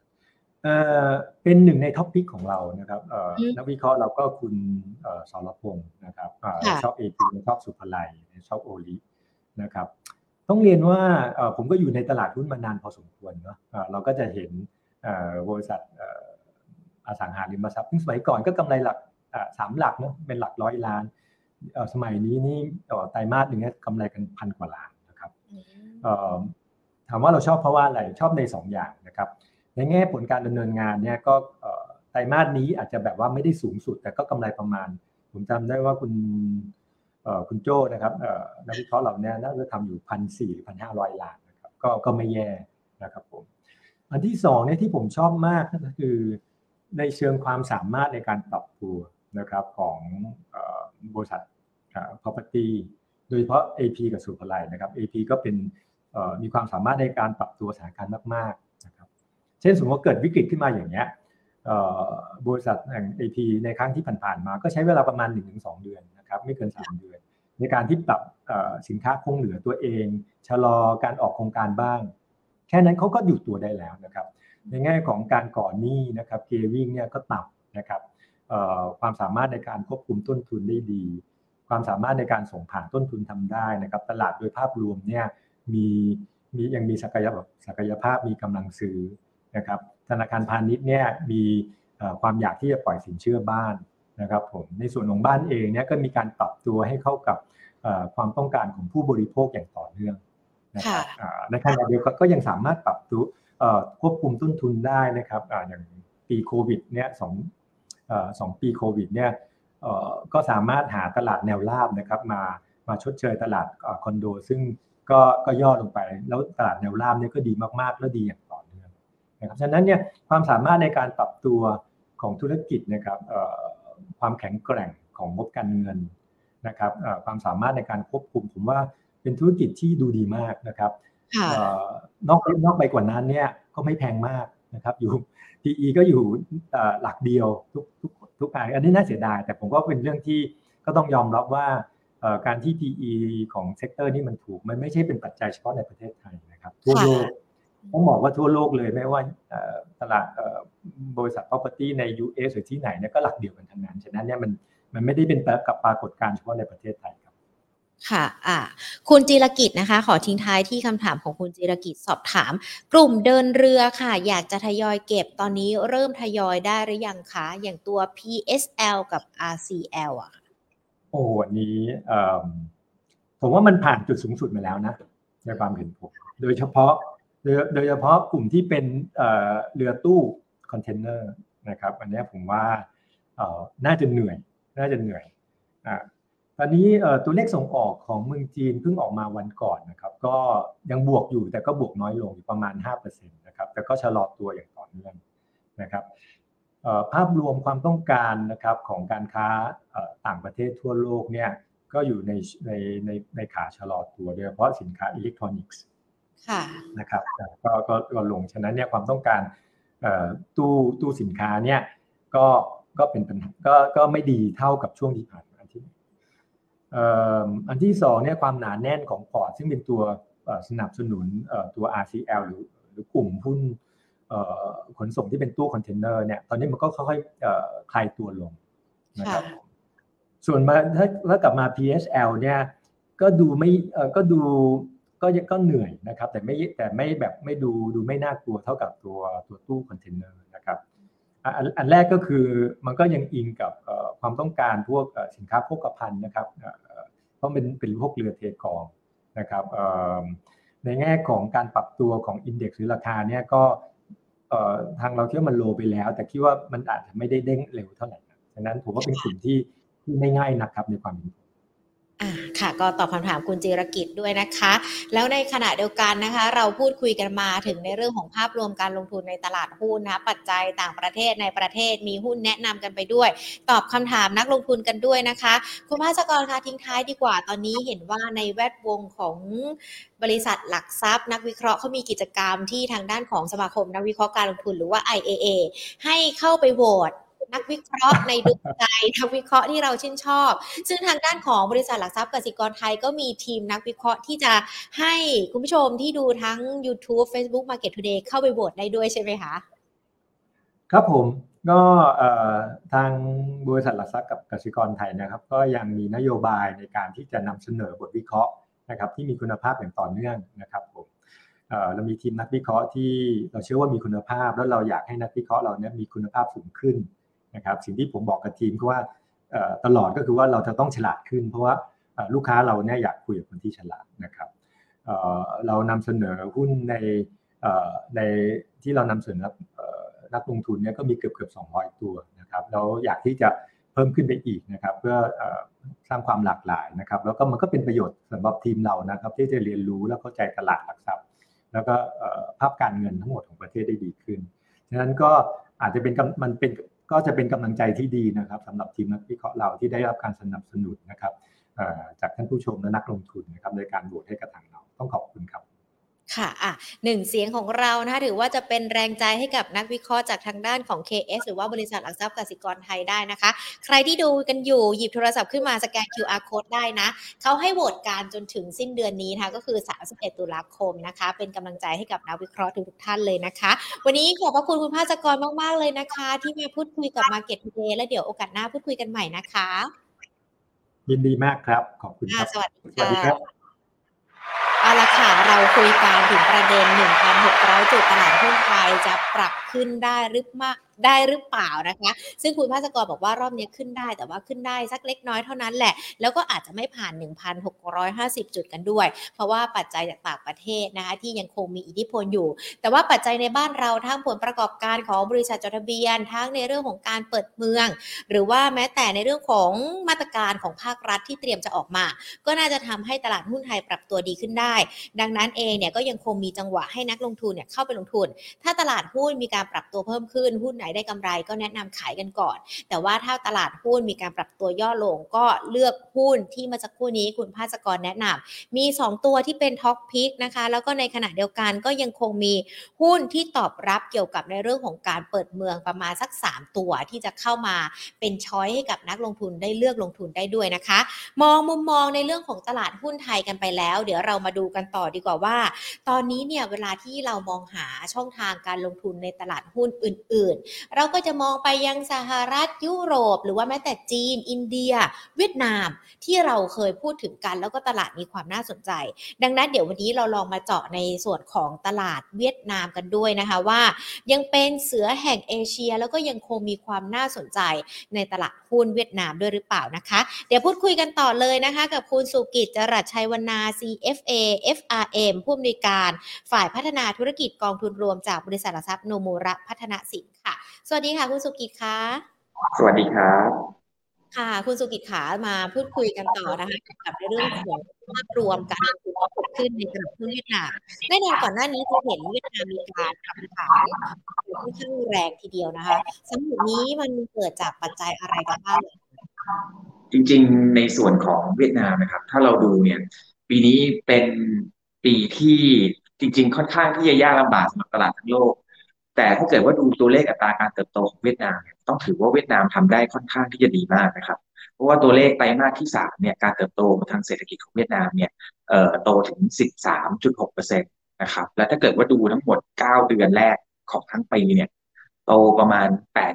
เป็นหนึ่งในท็อปพิกของเรานะครับนักวิเคราะห์เราก็คุณสรพงศ์นะครับชอบ AP ชอบสุภไลชอบโอลินะครับต้องเรียนว่าผมก็อยู่ในตลาดหุ้นมานานพอสมควรเนาะเราก็จะเห็นบริษัทอสังหาริมทรัพย์ซึ่งสมัยก่อนก็กำไรหลัก3 หลักเนาะเป็นหลัก100 ล้านสมัยนี้นี่ไตรมาสหนึ่งกำไรกัน1,000 กว่าล้านนะครับถามว่าเราชอบเพราะว่าอะไรชอบใน2 อย่างนะครับในแง่ผลการดำเนินงานเนี่ยก็ไตรมาสนี้อาจจะแบบว่าไม่ได้สูงสุดแต่ก็กำไรประมาณผมจำได้ว่าคุณโจ้นะครับนักวิเคราะห์เหล่านี้น่าจะทำอยู่ 1,400 หรือ 1,500 ล้านนะครับก็ไม่แย่นะครับผมอันที่2เนี่ยที่ผมชอบมากก็คือในเชิงความสามารถในการปรับตัวนะครับของบริษัทproperty โดยเฉพาะ AP กับสุภาลัยนะครับ AP ก็เป็นมีความสามารถในการปรับตัวสถานการณ์มากๆนะครับเช่นสมมติว่าเกิดวิกฤตขึ้นมาอย่างเงี้ยบริษัทแห่ง AP ในครั้งที่ผ่านๆมาก็ใช้เวลาประมาณ 1-2 เดือนนะครับไม่เกิน3 เดือนในการที่ปรับสินค้าคงเหลือตัวเองชะลอการออกโครงการบ้างแค่นั้นเขาก็อยู่ตัวได้แล้วนะครับในแง่ของการก่อหนี้นะครับ gearing เนี่ยก็ต่ำนะครับความสามารถในการควบคุมต้นทุนได้ดีความสามารถในการส่งผ่านต้นทุนทำได้นะครับตลาดโดยภาพรวมเนี่ยยังมีศักยภาพมีกำลังซื้อนะครับธนาคารพาณิชย์เนี่ยมีความอยากที่จะปล่อยสินเชื่อบ้านนะครับผมในส่วนของบ้านเองเนี่ยก็มีการปรับตัวให้เข้ากับความต้องการของผู้บริโภคอย่างต่อเนื่องนะครับในขณะเดียวกันก็ยังสามารถปรับตัวควบคุมต้นทุนได้นะครับอย่างปีโควิดเนี่ย2 ปีโควิดเนี่ยก็สามารถหาตลาดแนวราบนะครับมาชดเชยตลาดคอนโดซึ่งก็ย่อลงไปแล้วตลาดแนวราบเนี่ยก็ดีมากๆและดีอย่างต่อเนื่องนะครับฉะนั้นเนี่ยความสามารถในการปรับตัวของธุรกิจนะครับความแข็งแกร่งของงบการเงินนะครับความสามารถในการควบคุมผมว่าเป็นธุรกิจที่ดูดีมากนะครับนอกไปกว่านั้นเนี่ยก็ไม่แพงมากนะครับอยู่ PE ก็อยู่หลักเดียวทุกอันนี้น่าเสียดายแต่ผมก็เป็นเรื่องที่ก็ต้องยอมรับว่าการที่ PE ของเซกเตอร์นี่มันถูกมันไม่ใช่เป็นปัจจัยเฉพาะในประเทศไทยนะครับทั่วโลกต้องบอกว่าทั่วโลกเลยไม่ว่าตลาดบริษัท property ใน US หรือที่ไหนเนี่ยก็หลักเดียวกันทั้งนั้นฉะนั้นเนี่ยมันไม่ได้เป็นกับปรากฏการณ์เฉพาะในประเทศไทยครับค่ะคุณจิรกิจนะคะขอทิ้งท้ายที่คำถามของคุณจิรกิจสอบถามกลุ่มเดินเรือค่ะอยากจะทยอยเก็บตอนนี้เริ่มทยอยได้หรือยังคะอย่างตัว PSL กับ RCL อ่ะโอ้อันนี้ผมว่ามันผ่านจุดสูงสุดมาแล้วนะในความเห็นผมโดยเฉพาะกลุ่มที่เป็นเรือตู้คอนเทนเนอร์นะครับอันนี้ผมว่าน่าจะเหนื่อยตอนนี้ตัวเลขส่งออกของเมืองจีนเพิ่งออกมาวันก่อนนะครับก็ยังบวกอยู่แต่ก็บวกน้อยลงอยู่ประมาณ 5% นะครับแต่ก็ชะลอตัวอย่างต่อเนื่องนะครับภาพรวมความต้องการนะครับของการค้าต่างประเทศทั่วโลกเนี่ยก็อยู่ในขาชะลอตัวโดยเฉพาะสินค้าอิเล็กทรอนิกส์นะครับก็ลงฉะนั้นเนี่ยความต้องการตู้สินค้าเนี่ยก็เป็นปัญหาก็ไม่ดีเท่ากับช่วงที่ผ่านมาอันที่สองเนี่ยความหนาแน่นของพอร์ตซึ่งเป็นตัวสนับสนุนตัว RCL หรือกลุ่มหุ้นขนส่งที่เป็นตู้คอนเทนเนอร์เนี่ยตอนนี้มันก็ค่อยๆคลายตัวลงนะครับส่วนมาถ้ากลับมา PSL เนี่ยก็ดูไม่ก็เหนื่อยนะครับแต่ไม่แบบไม่ดูไม่น่ากลัวเท่ากับตัวตู้คอนเทนเนอร์นะครับอันแรกก็คือมันก็ยังอิงกับความต้องการพวกสินค้าโภคภัณฑ์นะครับเพราะเป็นพวกเรือเทกองนะครับในแง่ของการปรับตัวของอินเด็กซ์หรือราคาเนี่ยก็ทางเราคิดว่ามันโลไปแล้วแต่คิดว่ามันอาจจะไม่ได้เด้งเร็วเท่าไหร่ฉะนั้นผมว่าเป็นกลุ่มที่ไม่ง่ายนะครับในความเป็นค่ะก็ตอบคำถามคุณจิรกิจด้วยนะคะแล้วในขณะเดียวกันนะคะเราพูดคุยกันมาถึงในเรื่องของภาพรวมการลงทุนในตลาดหุ้นนะปัจจัยต่างประเทศในประเทศมีหุ้นแนะนำกันไปด้วยตอบคำถามนักลงทุนกันด้วยนะคะคุณภาสกรคะทิ้งท้ายดีกว่าตอนนี้เห็นว่าในแวดวงของบริษัทหลักทรัพย์นักวิเคราะห์เขามีกิจกรรมที่ทางด้านของสมาคมนักวิเคราะห์การลงทุนหรือว่า IAA ให้เข้าไปโหวตนักวิเคราะห์ในดวงใจนักวิเคราะห์ที่เราชื่นชอบซึ่งทางด้านของบริษัทหลักทรัพย์กสิกรไทยก็มีทีมนักวิเคราะห์ที่จะให้คุณผู้ชมที่ดูทั้ง YouTube Facebook Market Today เข้าไปโหวตได้ด้วยใช่ไหมคะครับผมก็ทางบริษัทหลักทรัพย์กับกสิกรไทยนะครับก็ยังมีนโยบายในการที่จะนำเสนอบทวิเคราะห์นะครับที่มีคุณภาพอย่างต่อเนื่องนะครับผมเรามีทีมนักวิเคราะห์ที่เราเชื่อว่ามีคุณภาพแล้วเราอยากให้นักวิเคราะห์เราเนี่ยมีคุณภาพสูงขึ้นนะครับสิ่งที่ผมบอกกับทีมคือว่าตลอดก็คือว่าเราจะต้องฉลาดขึ้นเพราะว่าลูกค้าเราเนี่ยอยากคุยกับคนที่ฉลาดนะครับเรานำเสนอหุ้นในที่เรานำเสนอนักลงทุนเนี่ยก็มีเกือบ200ตัวนะครับเราอยากที่จะเพิ่มขึ้นไปอีกนะครับเพื่อสร้างความหลากหลายนะครับแล้วก็มันก็เป็นประโยชน์สำหรับทีมเรานะครับที่จะเรียนรู้และเข้าใจตลาดหลักทรัพย์แล้วก็ภาพการเงินทั้งหมดของประเทศได้ดีขึ้นฉะนั้นก็อาจจะเป็นมันเป็นก็จะเป็นกำลังใจที่ดีนะครับสำหรับทีมนักวิเคราะห์เราที่ได้รับการสนับสนุนนะครับจากท่านผู้ชมและนักลงทุนนะครับในการโหวตให้กับทางเราต้องขอบคุณครับค่ะ1เสียงของเรานะคะถือว่าจะเป็นแรงใจให้กับนักวิเคราะห์จากทางด้านของ KS หรือว่าบริษัทหลักทรัพย์กสิกรไทยได้นะคะใครที่ดูกันอยู่หยิบโทรศัพท์ขึ้นมาสแกน QR code ได้นะเขาให้โหวตการจนถึงสิ้นเดือนนี้นะคะก็คือ31ตุลาคมนะคะเป็นกำลังใจให้กับนักวิเคราะห์ทุกท่านเลยนะคะวันนี้ขอบพระคุณคุณภาสกรมากๆเลยนะคะที่มาพูดคุยกับ Market Today และเดี๋ยวโอกาสหน้าพูดคุยกันใหม่นะคะยินดีมากครับขอบคุณครับสวัสดีสวัสดีครับค่ะ เอาละค่ะเราคุยกันถึงประเด็น 1,600 จุดตลาดหุ้นไทยจะปรับขึ้นได้หรือเปล่านะคะซึ่งคุณภาสกรบอกว่ารอบนี้ขึ้นได้แต่ว่าขึ้นได้สักเล็กน้อยเท่านั้นแหละแล้วก็อาจจะไม่ผ่าน 1,650 จุดกันด้วยเพราะว่าปัจจัยจากต่างประเทศนะคะที่ยังคงมีอิทธิพลอยู่แต่ว่าปัจจัยในบ้านเราทั้งผลประกอบการของบริษัทจดทะเบียนทั้งในเรื่องของการเปิดเมืองหรือว่าแม้แต่ในเรื่องของมาตรการของภาครัฐที่เตรียมจะออกมาก็น่าจะทำให้ตลาดหุ้นไทยปรับตัวดีขึ้นได้ดังนั้นเองเนี่ยก็ยังคงมีจังหวะให้นักลงทุนเนี่ยเข้าไปลงทุนถ้าตลาดหุ้นมีการปรับตัวเพิ่มขึ้นหุ้นไหนได้กำไรก็แนะนำขายกันก่อนแต่ว่าถ้าตลาดหุ้นมีการปรับตัวย่อลงก็เลือกหุ้นที่เมื่อสักครู่นี้คุณภาสกรแนะนำมี2ตัวที่เป็นท็อปพิกนะคะแล้วก็ในขณะเดียวกันก็ยังคงมีหุ้นที่ตอบรับเกี่ยวกับในเรื่องของการเปิดเมืองประมาณสัก3ตัวที่จะเข้ามาเป็นช้อยให้กับนักลงทุนได้เลือกลงทุนได้ด้วยนะคะมองมุมมองในเรื่องของตลาดหุ้นไทยกันไปแล้วเดี๋ยวเรามาดูกันต่อดีกว่าว่าตอนนี้เนี่ยเวลาที่เรามองหาช่องทางการลงทุนในตลาดหุ้นอื่นๆเราก็จะมองไปยังสหรัฐยุโรปหรือว่าแม้แต่จีนอินเดียเวียดนามที่เราเคยพูดถึงกันแล้วก็ตลาดมีความน่าสนใจดังนั้นเดี๋ยววันนี้เราลองมาเจาะในส่วนของตลาดเวียดนามกันด้วยนะคะว่ายังเป็นเสือแห่งเอเชียแล้วก็ยังคงมีความน่าสนใจในตลาดหุ้นเวียดนามด้วยหรือเปล่านะคะเดี๋ยวพูดคุยกันต่อเลยนะคะกับคุณสุกิจจรัสชัยวรรณา CFA FRM ผู้อำนวยการฝ่ายพัฒนาธุรกิจกองทุนรวมจากบริษัทหลักทรัพย์โนมูระพัฒนสินค่ะสวัสดีค่ะคุณสุกิจค่ะสวัสดีครับค่ะคุณสุกิจขามาพูดคุยกันต่อนะคะเกี่ยวกับในเรื่องของภาพรวมการลงทุนที่เกิดขึ้นในตลาดหุ้นเวียดนามแน่นอนก่อนหน้านี้เราเห็นเวียดนามมีการปรับฐานค่อนข้างแรงทีเดียวนะคะสำหรับนี้มันเกิดจากปัจจัยอะไรกันบ้างจริงๆในส่วนของเวียดนามนะครับถ้าเราดูเนี่ยปีนี้เป็นปีที่จริงๆค่อนข้างที่จะยากลำบากสำหรับตลาดทั้งโลกแต่ถ้าเกิดว่าดูตัวเลขอัตราการเติบโตของเวียดนามเนี่ยต้องถือว่าเวียดนามทำได้ค่อนข้างที่จะดีมากนะครับเพราะว่าตัวเลขไตรมาสที่3เนี่ยการเติบโตทางเศรษฐกิจของเวียดนามเนี่ยโตถึง 13.6%นะครับและถ้าเกิดว่าดูทั้งหมด9เดือนแรกของทั้งปีเนี่ยโตประมาณ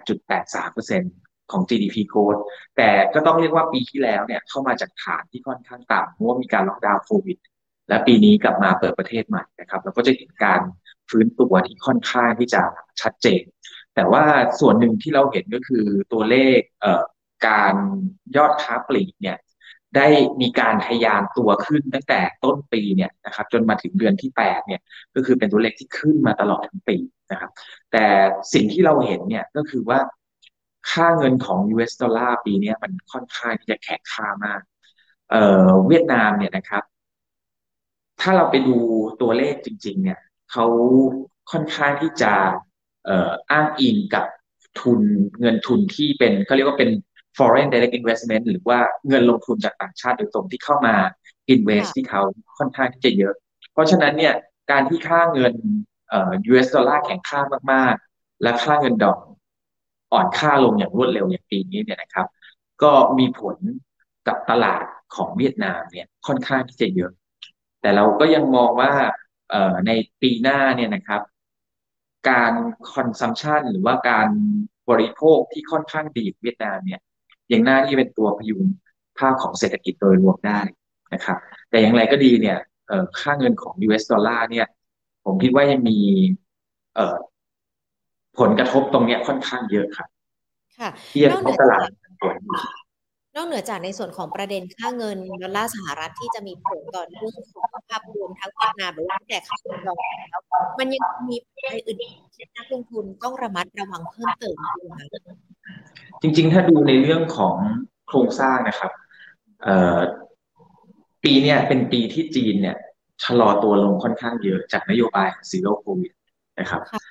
8.83%ของ GDP growth แต่ก็ต้องเรียกว่าปีที่แล้วเนี่ยเข้ามาจากฐานที่ค่อนข้างต่ำเพราะว่ามีการล็อกดาวน์โควิดและปีนี้กลับมาเปิดประเทศใหม่นะครับเราก็จะเห็นการฟื้นตัวที่ค่อนข้างที่จะชัดเจนแต่ว่าส่วนหนึ่งที่เราเห็นก็คือตัวเลขการยอดค้าปลีกเนี่ยได้มีการทะยานตัวขึ้นตั้งแต่ต้นปีเนี่ยนะครับจนมาถึงเดือนที่8เนี่ยก็คือเป็นตัวเลขที่ขึ้นมาตลอดทั้งปีนะครับแต่สิ่งที่เราเห็นเนี่ยก็คือว่าค่าเงินของ US ดอลลาร์ปีนี้มันค่อนข้างที่จะแข็งค่ามากเวียดนามเนี่ยนะครับถ้าเราไปดูตัวเลขจริงๆเนี่ยเขาค่อนข้างที่จะอ้างอิงกับทุนเงินทุนที่เป็นเขาเรียกว่าเป็น foreign direct investment หรือว่าเงินลงทุนจากต่างชาติโดยตรงที่เข้ามา invest ที่เขาค่อนข้างที่จะเยอะ เพราะฉะนั้นเนี่ยการที่ค่าเงินUS ดอลลาร์แข็งค่ามากๆและค่าเงินดอกอ่อนค่าลงอย่างรวดเร็วอย่างปีนี้เนี่ยนะครับก็มีผลกับตลาดของเวียดนามเนี่ยค่อนข้างที่จะเยอะแต่เราก็ยังมองว่าในปีหน้าเนี่ยนะครับการคอนซัมชันหรือว่าการบริโภคที่ค่อนข้างดีของเวียดนามเนี่ยยังน่าที่เป็นตัวพยุงภาพของเศรษฐกิจโดยรวมได้นะครับแต่อย่างไรก็ดีเนี่ยค่าเงินของ US ดอลลาร์เนี่ยผมคิดว่ายังมีเอ่อผลกระทบตรงเนี้ยค่อนข้างเยอะครับค่ะที่จะนอกเหนือทำให้ตลาดผันผวนนอกเหนือจากในส่วนของประเด็นค่าเงินดอลลาร์สหรัฐที่จะมีผลต่อเรื่องของภาพรวมทั้งเวียดนามหรือว่าแม้แต่ค่าเงินดอลลาร์แล้วมันยังมีปัจจัยอื่นๆที่นักลงทุนต้องระมัดระวังเพิ่มเติมด้วยนะคะจริงๆถ้าดูในเรื่องของโครงสร้างนะครับเอ่อปีเนี้ยเป็นปีที่จีนเนี่ยชะลอตัวลงค่อนข้างเยอะจากนโยบาย Zero Covid นะครับ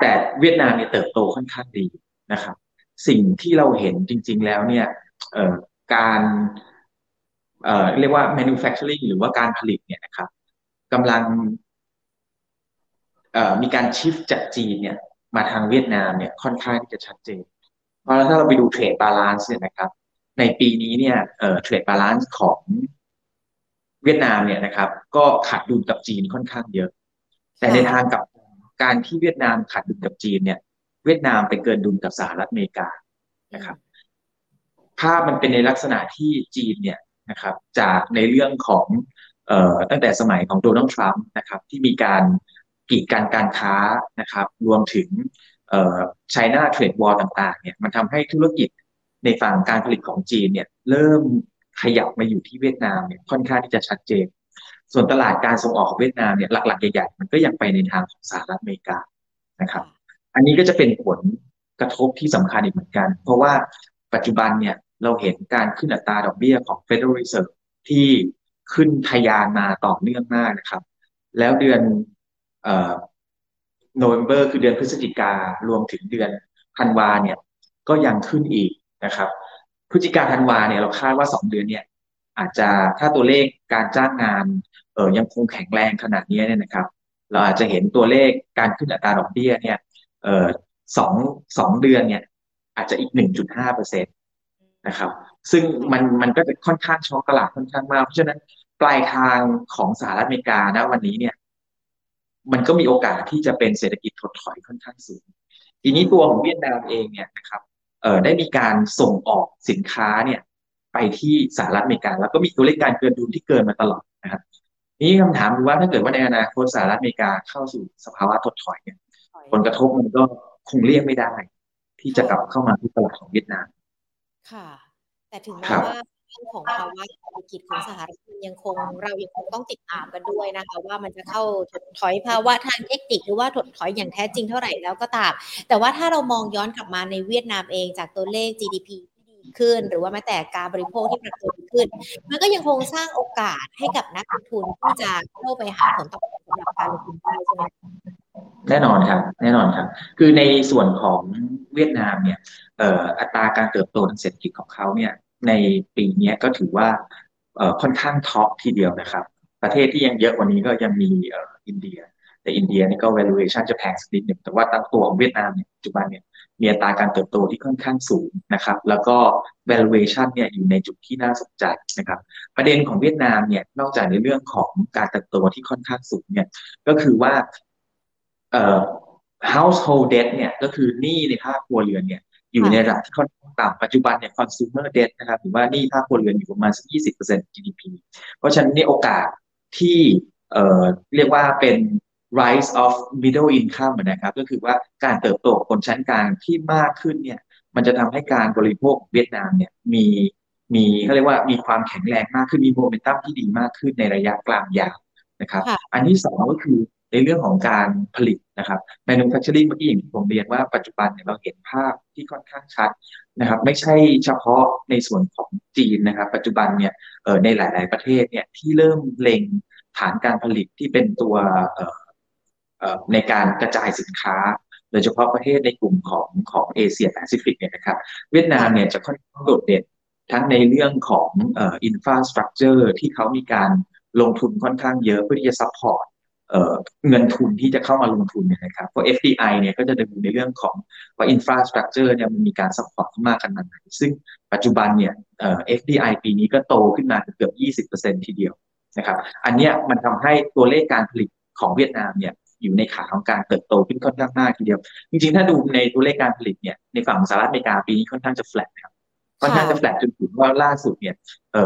แต่เวียดนามเนี่ยเติบโตค่อนข้างดีนะครับสิ่งที่เราเห็นจริงๆแล้วเนี่ยการเรียกว่า manufacturing หรือว่าการผลิตเนี่ยนะครับกำลังมีการชิฟจากจีนเนี่ยมาทางเวียดนามเนี่ยค่อนข้างที่จะชัดเจนเพราะถ้าเราไปดูเทรดบาลานซ์เนี่ยนะครับในปีนี้เนี่ยเทรดบาลานซ์ของเวียดนามเนี่ยนะครับก็ขาดดุลกับจีนค่อนข้างเยอะแต่ในทางค่ะกลับการที่เวียดนามขาดดุลกับจีนเนี่ยเวียดนามไปเกินดุลกับสหรัฐอเมริกานะครับ ภาพมันเป็นในลักษณะที่จีนเนี่ยนะครับจากในเรื่องของตั้งแต่สมัยของโดนัลด์ทรัมป์นะครับที่มีการกีดกันการค้านะครับรวมถึงChina Trade War ต่างๆเนี่ยมันทำให้ธุรกิจในฝั่งการผลิตของจีนเนี่ยเริ่มขยับมาอยู่ที่เวียดนามเนี่ยค่อนข้างที่จะชัดเจนส่วนตลาดการส่งออกของเวียดนามเนี่ยหลักๆใหญ่ๆมันก็ยังไปในทางของสหรัฐอเมริกานะครับอันนี้ก็จะเป็นผลกระทบที่สำคัญอีกเหมือนกันเพราะว่าปัจจุบันเนี่ยเราเห็นการขึ้นอัตราดอกเบี้ยของ Federal Reserve ที่ขึ้นทะยานมาต่อเนื่องมากนะครับแล้วเดือนเอ่อโนเวมเบอร์คือเดือนพฤศจิการวมถึงเดือนธันวาเนี่ยก็ยังขึ้นอีกนะครับพฤศจิกาธันวาเนี่ยเราคาดว่า2 เดือนเนี่ยอาจจะถ้าตัวเลขการจ้างงานยังคงแข็งแรงขนาดนี้เนี่ยนะครับเราอาจจะเห็นตัวเลขการขึ้นอัตราดอกเบี้ยเนี่ยเอ่อสองเดือนเนี่ยอาจจะอีก1.5%นะครับซึ่งมันก็จะค่อนข้างช็อกตลาดค่อนข้างมากเพราะฉะนั้นปลายทางของสหรัฐอเมริกานะวันนี้เนี่ยมันก็มีโอกาสที่จะเป็นเศรษฐกิจถดถอยค่อนข้างสูงทีนี้ตัวของเวียดนามเองเนี่ยนะครับได้มีการส่งออกสินค้าเนี่ยไปที่สหรัฐอเมริกาแล้วก็มีตัวเลขการเกินดุลที่เกินมาตลอดนะครับนี่คำถามคือว่าถ้าเกิดว่าในอนาคตสหรัฐอเมริกาเข้าสู่สภาวะถดถอยเนี่ยผลกระทบมันก็คงเลี่ยงไม่ได้ที่จะกลับเข้ามาที่ตลาดของเวียดนามค่ะแต่ถึงคแม้รับว่าเรื่องของภาวะเศรษฐกิจของสหรัฐมันเรายังคงต้องติดตามกันด้วยนะคะว่ามันจะเข้าถดถอยภาวะทางเทคนิคหรือว่าถดถอยอย่างแท้จริงเท่าไหร่แล้วก็ตามแต่ว่าถ้าเรามองย้อนกลับมาในเวียดนามเองจากตัวเลข GDP ที่ดีขึ้นหรือว่าแม้แต่การบริโภคที่ปรับตัวดีขึ้นมันก็ยังคงสร้างโอกาสให้กับนักลงทุนที่จะเข้าไปหาผลตอบแทนสำหรับการลงทุนได้ใช่ไหมแน่นอนครับแน่นอนครับคือในส่วนของเวียดนามเนี่ยอัตราการเติบโตทางเศรษฐกิจของเขาเนี่ยในปีนี้ก็ถือว่าค่อนข้างท็อปทีเดียวนะครับประเทศที่ยังเยอะกว่านี้ก็ยังมีอินเดียแต่อินเดียนี่ก็ valuation จะแพงสักนิดหนึ่งแต่ว่าตั้งตัวของเวียดนามเนี่ยปัจจุบันเนี่ยมีอัตราการเติบโตที่ค่อนข้างสูงนะครับแล้วก็ valuation เนี่ยอยู่ในจุดที่น่าสนใจนะครับประเด็นของเวียดนามเนี่ยนอกจากในเรื่องของการเติบโตที่ค่อนข้างสูงเนี่ยก็คือว่าเอ่อ household debt เนี่ยก็คือหนี้ในภาคครัวเรือนเนี่ยอยู่ในระดับที่ค่อนข้างต่ำปัจจุบันเนี่ย consumer debt นะครับหรือว่าหนี้ภาคครัวเรือนอยู่ประมาณสัก20% GDP เพราะฉะนั้นเนี่ยโอกาสที่เรียกว่าเป็น rise of middle income นะครับก็คือว่าการเติบโตของคนชั้นกลางที่มากขึ้นเนี่ยมันจะทำให้การบริโภคเวียดนามเนี่ยมีเขาเรียกว่ามีความแข็งแรงมากขึ้นมีโมเมนตัมที่ดีมากขึ้นในระยะกลางยาวนะครับอันที่สองก็คือในเรื่องของการผลิตนะครับ manufacturing เมื่อกี้อย่างที่ผมเรียนว่าปัจจุบันเนี่ยเราเห็นภาพที่ค่อนข้างชัดนะครับไม่ใช่เฉพาะในส่วนของจีนนะครับปัจจุบันเนี่ยในหลายๆประเทศเนี่ยที่เริ่มเล็งฐานการผลิตที่เป็นตัวในการกระจายสินค้าโดยเฉพาะประเทศในกลุ่มของเอเชียแปซิฟิกเนี่ยนะครับเวียดนามเนี่ยจะค่อนข้างโดดเด่นทั้งในเรื่องของอินฟราสตรักเจอร์ที่เขามีการลงทุนค่อนข้างเยอะเพื่อที่จะซัพพอร์ตเงินทุนที่จะเข้ามาลงทุนเนี่ยนะครับเพราะ FDI เนี่ยก็จะดูในเรื่องของว่า infrastructure เนี่ยมันมีการซัพพอร์ตมากขนาดไหนซึ่งปัจจุบันเนี่ยFDI ปีนี้ก็โตขึ้นมาเกือบ20%ทีเดียวนะครับอันเนี้ยมันทำให้ตัวเลขการผลิตของเวียดนามเนี่ยอยู่ในขาของการเติบโตขึ้นค่อนข้างมากทีเดียวจริงๆถ้าดูในตัวเลขการผลิตเนี่ยในฝั่งสหรัฐอเมริกาปีนี้ค่อนข้างจะแฟลตครับค่อนข้างจะแฟลตจนถึงว่าล่าสุดเนี่ย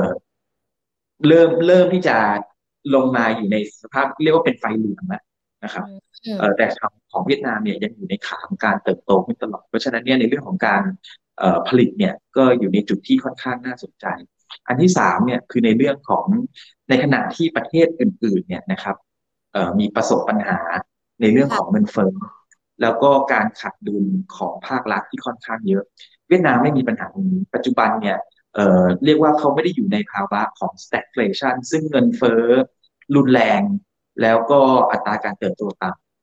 เริ่มที่จะลงมาอยู่ในสภาพเรียกว่าเป็นไฟเหลืองแล้วนะครับแต่ของเวียดนามเนี่ยยังอยู่ในขาของการเติบโตขึ้นตลอดเพราะฉะนั้นเนี่ยในเรื่องของการผลิตเนี่ยก็อยู่ในจุดที่ค่อนข้างน่าสนใจอันที่สามเนี่ยคือในเรื่องของในขณะที่ประเทศอื่นๆเนี่ยนะครับมีประสบปัญหาในเรื่องของเงินเฟ้อแล้วก็การขาดดุลของภาครัฐที่ค่อนข้างเยอะเวียดนามไม่มีปัญหาตรงนี้ปัจจุบันเนี่ยเรียกว่าเขาไม่ได้อยู่ในภาวะของ stagflation ซึ่งเงินเฟ้อรุนแรงแล้วก็อัตราการเติบโตต่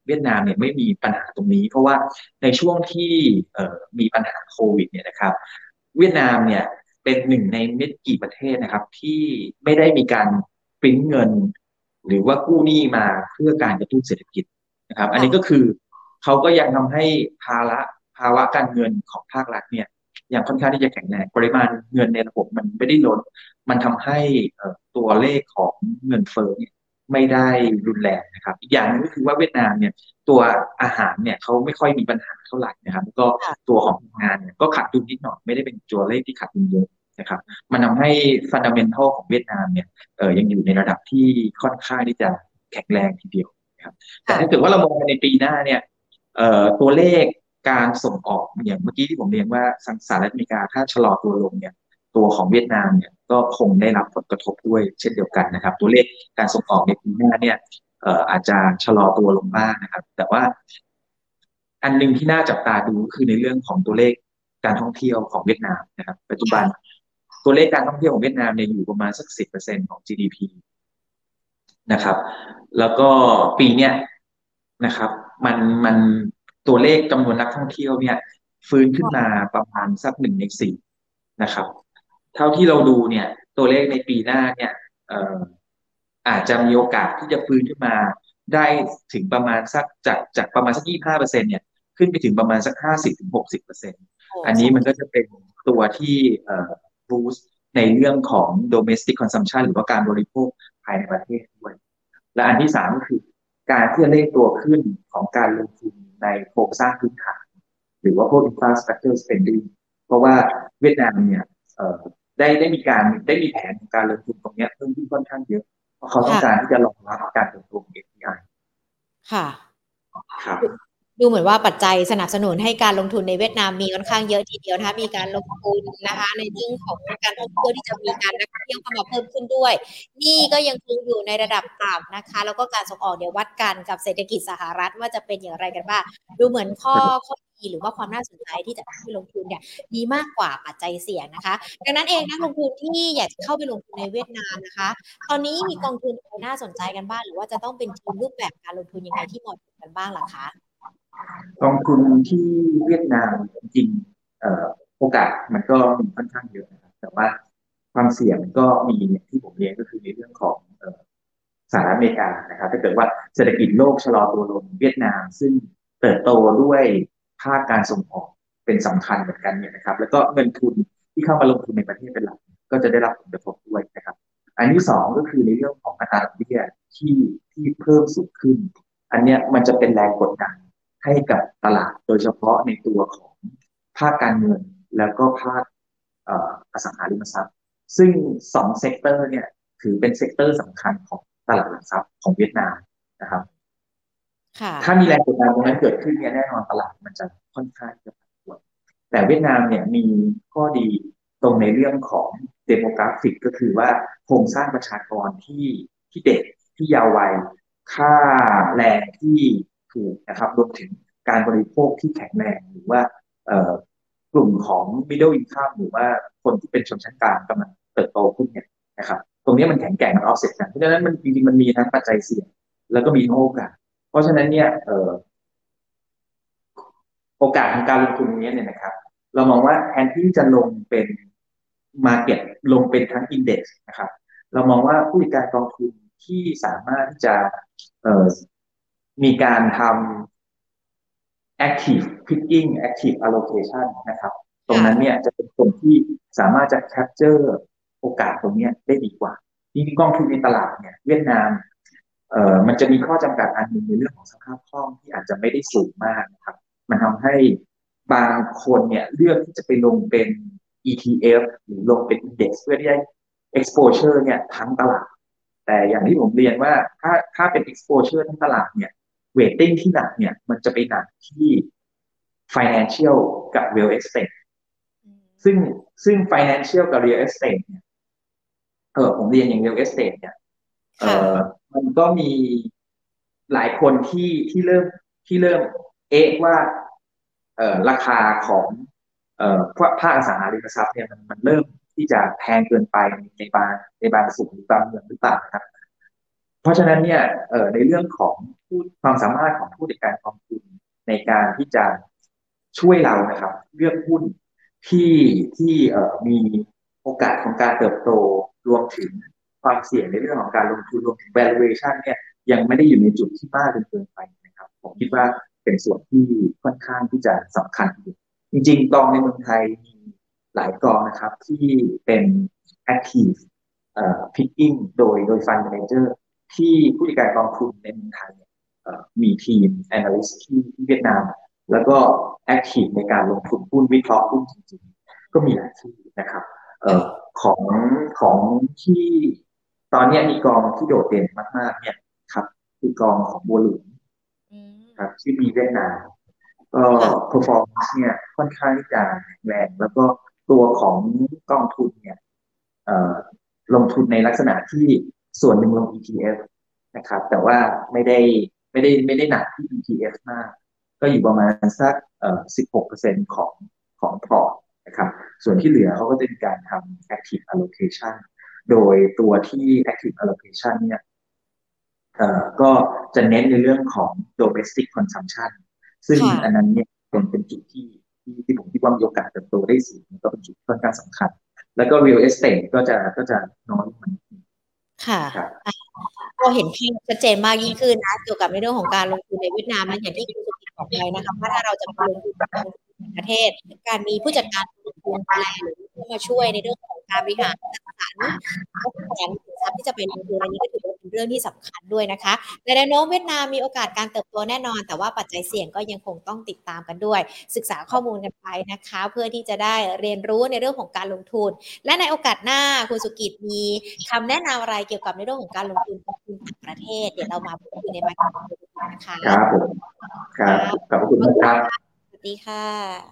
เวียดนามเนี่ยไม่มีปัญหาตรงนี้เพราะว่าในช่วงที่มีปัญหาโควิดเนี่ยนะครับเวียดนามเนี่ยเป็นหนึ่งในไม่กี่ประเทศนะครับที่ไม่ได้มีการปริ้นเงินหรือว่ากู้หนี้มาเพื่อการกระตุ้นเศรษฐกิจนะครับอันนี้ก็ค่ะคือเขาก็ยังทำให้ภาระภาวะการเงินของภาครัฐเนี่ยยังค่อนข้างที่จะแข็งแรงปริมาณเงินในระบบมันไม่ได้ล้นมันทำให้ตัวเลขของเงินเฟ้อเนี่ยไม่ได้รุนแรงนะครับอีกอย่างหนึงก็คือว่าเวียดนามเนี่ยตัวอาหารเนี่ยเขาไม่ค่อยมีปัญหาเท่าไหร่นะครับแล้วก็ค่ะตัวของงานเนี่ยก็ขาดดุลนิดหน่อยไม่ได้เป็นตัวเลขที่ขาดดุลเยอะนะครับมันทำให้ฟันดัเมนทัลของเวียดนามเนี่ยยังอยู่ในระดับที่ค่อนข้างที่จะแข็งแรงทีเดียวนะครับแต่ถ้าเกิดค่ะว่าเรามองไปในปีหน้าเนี่ยตัวเลขการส่งออกอย่างเมื่อกี้ที่ผมเรียนว่าสหรัฐอเมริกาถ้าชะลอตัวลงเนี่ยตัวของเวียดนามเนี่ยก็คงได้รับผลกระทบด้วยเช่นเดียวกันนะครับตัวเลขการส่งออกในปีหน้าเนี่ยอาจจะชะลอตัวลงบ้างนะครับแต่ว่าอันหนึ่งที่น่าจับตาดูคือในเรื่องของตัวเลขการท่องเที่ยวของเวียดนามนะครับปัจจุบันค่ะตัวเลขการท่องเที่ยวของเวียดนามเนี่ยอยู่ประมาณสัก10%ของ GDP นะครับแล้วก็ปีเนี้ยนะครับมันมันตัวเลขจำนวนนักท่องเที่ยวเนี่ยฟื้นขึ้นมาประมาณสัก1 ใน 4นะครับเท่าที่เราดูเนี่ยตัวเลขในปีหน้าเนี่ยเอ่ออาจจะมีโอกาสที่จะฟื้นขึ้นมาได้ถึงประมาณสักจากประมาณสัก25%เนี่ยขึ้นไปถึงประมาณสัก50 ถึง 60% โอ้อันนี้มันก็จะเป็นตัวที่boost ในเรื่องของ domestic consumption หรือว่าการบริโภคภายในประเทศด้วย และอันที่สามก็คือการที่จะเร่งตัวขึ้นของการลงทุนในโครงสร้างพื้นฐานหรือว่าพวก infrastructure spending เพราะว่าเวียดนามเนี่ยได้มีแผนของการลงทุนตรงนี้เพิ่มขึ้นค่อนข้างเยอะเพราะเขาต้องการค่ะที่จะรองรับการเติบโตของ FDI ค่ะครับดูเหมือนว่าปัจจัยสนับสนุนให้การลงทุนในเวียดนามมีค่อนข้างเยอะทีเดียวนะคะมีการลงทุนนะคะในเรื่องของการท่องเที่ยวที่จะมีการนักท่องเที่ยวเข้ามาเพิ่มขึ้นด้วยหนี่ก็ยังคงอยู่ในระดับต่ำนะคะแล้วก็การส่งออกเนี่ยวัดกันกับเศรษฐกิจสหรัฐว่าจะเป็นอย่างไรกันบ้างดูเหมือนข้อดีหรือว่าความน่าสนใจที่จะเข้าไปลงทุนเนี่ยมีมากกว่าปัจจัยเสี่ยงนะคะดังนั้นเองนักลงทุนที่อยากจะเข้าไปลงทุนในเวียดนามนะคะตอนนี้มีกองทุนอะไรน่าสนใจกันบ้างหรือว่าจะต้องเป็นทีมรูปแบบการลงทุนยังไงที่เหมาะสมกันบ้างล่ะคะกองทุนที่เวียดนามจริงๆโอกาสมันก็มีค่อนข้างเยอะนะครับแต่ว่าความเสี่ยงก็มีอย่างที่ผมเรียนก็คือในเรื่องของสหรัฐอเมริกานะครับถ้าเกิดว่าเศรษฐกิจโลกชะลอตัวลงเวียดนามซึ่งเติบโตด้วยภาคการส่งออกเป็นสำคัญเหมือนกันเนี่ยนะครับแล้วก็เงินทุนที่เข้ามาลงทุนในประเทศเป็นหลักก็จะได้รับผลกระทบด้วยนะครับอันที่สองก็คือในเรื่องของอัตราดอกเบี้ยที่ที่เพิ่มสูงขึ้นอันเนี้ยมันจะเป็นแรงกดดันให้กับตลาดโดยเฉพาะในตัวของภาคการเงินแล้วก็ภาคอสังหาริมทรัพย์ซึ่งสองเซกเตอร์เนี่ยถือเป็นเซกเตอร์สำคัญของตลาดหลักทรัพย์ของเวียดนามนะครับค่ะถ้ามีแรงกดดันตรงนั้นเกิดขึ้นเนี่ยแน่นอนตลาดมันจะค่อนข้างจะผันผวนแต่เวียดนามเนี่ยมีข้อดีตรงในเรื่องของเดโมกราฟิกก็คือว่าโครงสร้างประชากรที่เด็กที่ยาววัยค่าแรงที่ถูกนะครับรวมถึงการบริโภคที่แข็งแรงหรือว่าเอ่อกลุ่มของ middle income หรือว่าคนที่เป็นชนชั้นกลางกำลังเติบโตขึ้นเนี่ยนะครับตรงนี้มันแข็งแกร่งมันออฟเซ็ตกันเพราะฉะนั้นมันจริงๆมันมีทั้งปัจจัยเสี่ยงแล้วก็มีทั้งโอกาส เพราะฉะนั้นเนี่ยโอกาสของการลงทุนนี้เนี่ยนะครับเรามองว่าแทนที่จะลงเป็น Market ลงเป็นทั้ง Index นะครับเรามองว่าผู้จัดการกองทุนที่สามารถที่จะเอ่อมีการทำ Active Picking Active Allocation นะครับตรงค่ะนั้นเนี่ยจะเป็นคนที่สามารถจะ capture โอกาสตรงนี้ได้ดีกว่าจริงๆกองทุนในตลาดเนี่ยเวียดนามมันจะมีข้อจำกัดอันหนึงในเรื่องของสภาพคล่องที่อาจจะไม่ได้สูงมากนะครับมันทำให้บางคนเนี่ยเลือกที่จะไปลงเป็น ETF หรือลงเป็น Index เพื่อที่ได้ exposure เนี่ยทั้งตลาดแต่อย่างที่ผมเรียนว่าถ้าเป็น exposure ทั้งตลาดเนี่ยเวทติ้งที่หนักเนี่ยมันจะไปหนักที่ financial กับ real estate ซึ่งซึ่ง financial กับ real estate เนี่ยผมเรียนอย่าง real estate เนี่ยเออค่ะมันก็มีหลายคนที่เริ่มเอะว่าราคาของภาคอสังหาริมทรัพย์เนี่ยมันเริ่มที่จะแพงเกินไปในบางส่วนหรือบางเมืองหรือเปล่านะครับเพราะฉะนั้นเนี่ยในเรื่องของความสามารถของผู้จัดการกองทุนในการที่จะช่วยเรานะครับเลือกหุ้นที่มีโอกาสของการเติบโตรวมถึงความเสี่ยงในเรื่องของการลงทุนรวมถึง valuation เนี่ยยังไม่ได้อยู่ในจุดที่มากจนเกินไปนะครับผมคิดว่าเป็นส่วนที่ค่อนข้างที่จะสำคัญจริงๆกองในเมืองไทยมีหลายกองนะครับที่เป็น active picking โดย fund manager ที่ผู้จัดการกองทุนในเมืองไทยมีทีม analyst ที่เวียดนามแล้วก็ active ในการลงทุนหุ้นวิเคราะห์หุ้นจริงๆก็มีหลายที่นะครับของของที่ตอนนี้มีกองที่โดดเด่นมากๆเนี่ยครับคือกองของบัวหลวงครับที่มีเวียดนามก็ performance เนี่ยค่อนข้างที่จะแรงแล้วก็ตัวของกองทุนเนี่ยลงทุนในลักษณะที่ส่วนหนึ่งลง ETF นะครับแต่ว่าไม่ได้หนักที่ ETF มากก็อยู่ประมาณสัก16%ของพอร์ตนะครับส่วนที่เหลือเขาก็จะมีการทำ active allocation โดยตัวที่ active allocation เนี่ยก็จะเน้นในเรื่องของ domestic consumption ซึ่งอันนั้นเนี่ยเป็นจุดที่ผมคิดว่ามีโอกาสเติบโตได้สูงก็เป็นจุดค่อนข้างสำคัญแล้วก็ real estate ก็จะน้อยลงค่ะก็เห็นภาพชัดเจนมากยิ่งขึ้นนะเกี่ยวกับในเรื่องของการลงทุนในเวียดนามนะอย่างที่คุณสุกิจบอกไปนะคะว่าถ้าเราจะลงทุนในประเทศการมีผู้จัดการลงทุนดูแลหรือมาช่วยในเรื่องของการบริหารจัดสรรงบประมาณสินทรัพย์ที่จะไปลงทุนอันนี้ก็ถือว่าเป็นเรื่องที่สำคัญด้วยนะคะในแนวโน้มเวียดนามมีโอกาสการเติบโตแน่นอนแต่ว่าปัจจัยเสี่ยงก็ยังคงต้องติดตามกันด้วยศึกษาข้อมูลกันไปนะคะเพื่อที่จะได้เรียนรู้ในเรื่องของการลงทุนและในโอกาสหน้าคุณสุกิจมีคำแนะนำอะไรเกี่ยวกับในเรื่องของการลงทุนต่างประเทศเดี๋ยวเรามาพูดคุยในมาร์เก็ตนะคะครับผมครับขอบคุณครับสวัสดีค่ะ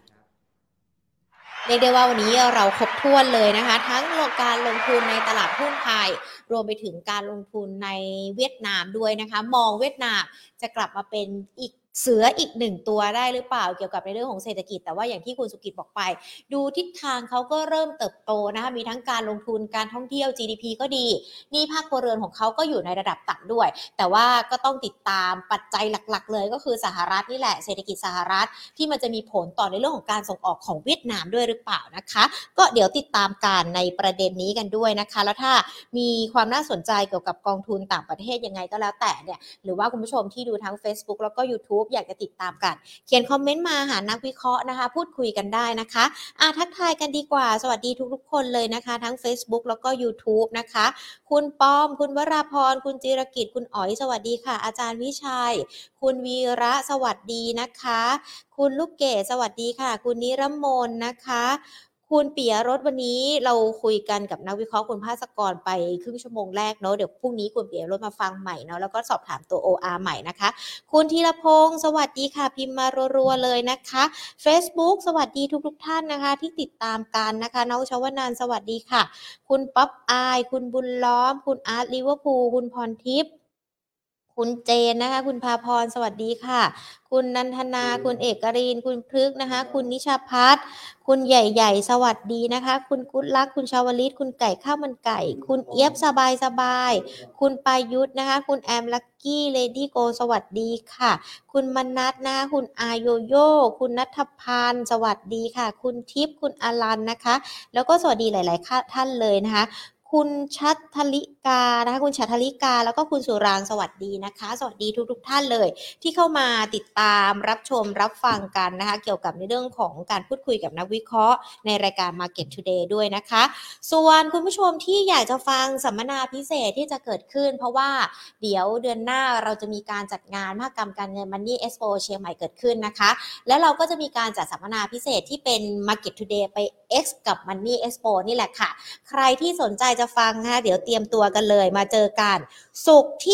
เรียกได้ว่าวันนี้เราครบถ้วนเลยนะคะทั้งการลงทุนในตลาดหุ้นไทยรวมไปถึงการลงทุนในเวียดนามด้วยนะคะมองเวียดนามจะกลับมาเป็นอีกเสืออีกหนึ่งตัวได้หรือเปล่าเกี่ยวกับในเรื่องของเศรษฐกิจแต่ว่าอย่างที่คุณสุกิจบอกไปดูทิศทางเขาก็เริ่มเติบโตนะคะมีทั้งการลงทุนการท่องเที่ยว GDP ก็ดีนี่ภาคครัวเรือนของเขาก็อยู่ในระดับต่ำด้วยแต่ว่าก็ต้องติดตามปัจจัยหลักๆเลยก็คือสหรัฐนี่แหละเศรษฐกิจสหรัฐที่มันจะมีผลต่อในเรื่องของการส่งออกของเวียดนามด้วยหรือเปล่านะคะก็เดี๋ยวติดตามกันในประเด็นนี้กันด้วยนะคะแล้วถ้ามีความน่าสนใจเกี่ยวกับกองทุนต่างประเทศยังไงก็แล้วแต่เนี่ยหรือว่าคุณผู้ชมที่ดูทั้ง Facebook แล้วก็ YouTube อยากจะติดตามกันเขียนคอมเมนต์มาหานักวิเคราะห์นะคะพูดคุยกันได้นะคะทักทายกันดีกว่าสวัสดีทุกๆคนเลยนะคะทั้ง Facebook แล้วก็ YouTube นะคะคุณป้อมคุณวราพรคุณจิรกิจคุณอ๋อยสวัสดีค่ะอาจารย์วิชัยคุณวีระสวัสดีนะคะคุณลูกเกดสวัสดีค่ะคุณนิรมนนะคะคุณปิยรสวันนี้เราคุยกันกับนักวิเคราะห์คุณภาสกรไปครึ่งชั่วโมงแรกเนาะเดี๋ยวพรุ่งนี้คุณปิยรสมาฟังใหม่เนาะแล้วก็สอบถามตัว OR ใหม่นะคะคุณธีรพงศ์สวัสดีค่ะพิมพ์มารัวๆเลยนะคะ Facebook สวัสดีทุกท่านนะคะที่ติดตามกันนะคะน้องชวนันท์สวัสดีค่ะคุณป๊อปอายคุณบุญล้อมคุณอาร์ตลิเวอร์พูลคุณพรทิพย์คุณเจนนะคะคุณภาพรสวัสดีค่ะคุณนันทนาคุณเอกรินคุณพฤกษ์นะคะคุณนิชาพัฒน์คุณใหญ่ๆสวัสดีนะคะคุณกุ๊ดลักคุณชาวลิตคุณไก่ข้าวมันไก่คุณเอียบสบายคุณปายุทธนะคะคุณแอมลักกี้เลดี้โกสวัสดีค่ะคุณมนัทนะคะคุณอาโยโย่คุณณัฐพันธ์สวัสดีค่ะคุณทิพย์คุณอลันนะคะแล้วก็สวัสดีหลายๆท่านเลยนะคะคุณชัทลิกานะคะคุณชัทลิกาแล้วก็คุณสุรางสวัสดีนะคะสวัสดีทุกท่านเลยที่เข้ามาติดตามรับชมรับฟังกันนะคะเกี่ยวกับในเรื่องของการพูดคุยกับนักวิเคราะห์ในรายการ Market Today ด้วยนะคะส่วนคุณผู้ชมที่อยากจะฟังสัมมนาพิเศษที่จะเกิดขึ้นเพราะว่าเดี๋ยวเดือนหน้าเราจะมีการจัดงานมหกรรมการเงิน Money Expo เชียงใหม่เกิดขึ้นนะคะแล้วเราก็จะมีการจัดสัมมนาพิเศษที่เป็น Market Today ไป X กับ Money Expo นี่แหละค่ะใครที่สนใจจะฟังนะคะเดี๋ยวเตรียมตัวกันเลยมาเจอกันศุกร์ที่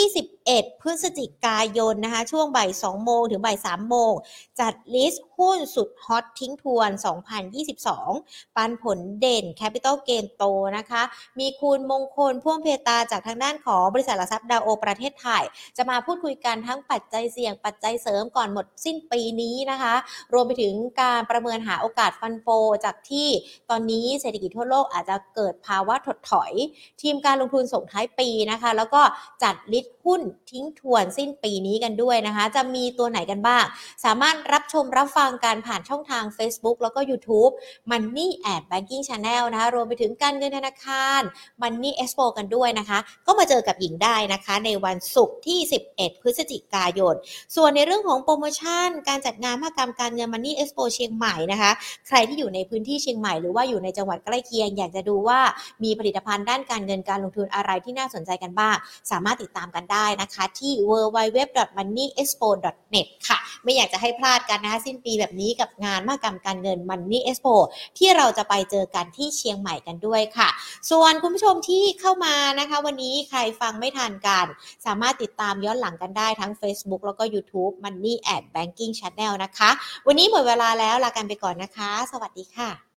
11 พฤศจิกายนนะคะช่วงบ่าย 2 โมงถึงบ่าย 3 โมงจัดลิสต์หุ้นสุดฮอตทิ้งทวน 2022 ปันผลเด่น Capital Gain โตนะคะมีคุณมงคลพ่วงเพตราจากทางด้านของบริษัทหลักทรัพย์ดาวโอประเทศไทยจะมาพูดคุยกันทั้งปัจจัยเสี่ยงปัจจัยเสริมก่อนหมดสิ้นปีนี้นะคะรวมไปถึงการประเมินหาโอกาสฟันโฟจากที่ตอนนี้เศรษฐกิจทั่วโลกอาจจะเกิดภาวะถดถอยทีมการลงทุนส่งท้ายปีนะคะแล้วก็จัดลิสต์หุ้นทิ้งทวนสิ้นปีนี้กันด้วยนะคะจะมีตัวไหนกันบ้างสามารถรับชมรับฟังการผ่านช่องทาง Facebook แล้วก็ YouTube Money and Banking Channel นะคะรวมไปถึงการเงินธนาคาร Money Expo กันด้วยนะคะก็มาเจอกับหญิงได้นะคะในวันศุกร์ที่ 11 พฤศจิกายนส่วนในเรื่องของโปรโมชั่นการจัดงานมหกรรมการเงิน Money Expo เชียงใหม่นะคะใครที่อยู่ในพื้นที่เชียงใหม่หรือว่าอยู่ในจังหวัดใกล้เคียงอยากจะดูว่ามีผลิตภัณฑ์ด้านการเงินการลงทุนอะไรที่น่าสนใจกันบ้างสามารถติดตามกันได้นะคะที่ www.moneyexpo.net ค่ะไม่อยากจะให้พลาดกันนะคะสิ้นปีแบบนี้กับงานมหกรรมการเงิน Money Expo ที่เราจะไปเจอกันที่เชียงใหม่กันด้วยค่ะส่วนคุณผู้ชมที่เข้ามานะคะวันนี้ใครฟังไม่ทันกันสามารถติดตามย้อนหลังกันได้ทั้ง Facebook แล้วก็ YouTube Money and Banking Channel นะคะวันนี้หมดเวลาแล้วลากันไปก่อนนะคะสวัสดีค่ะ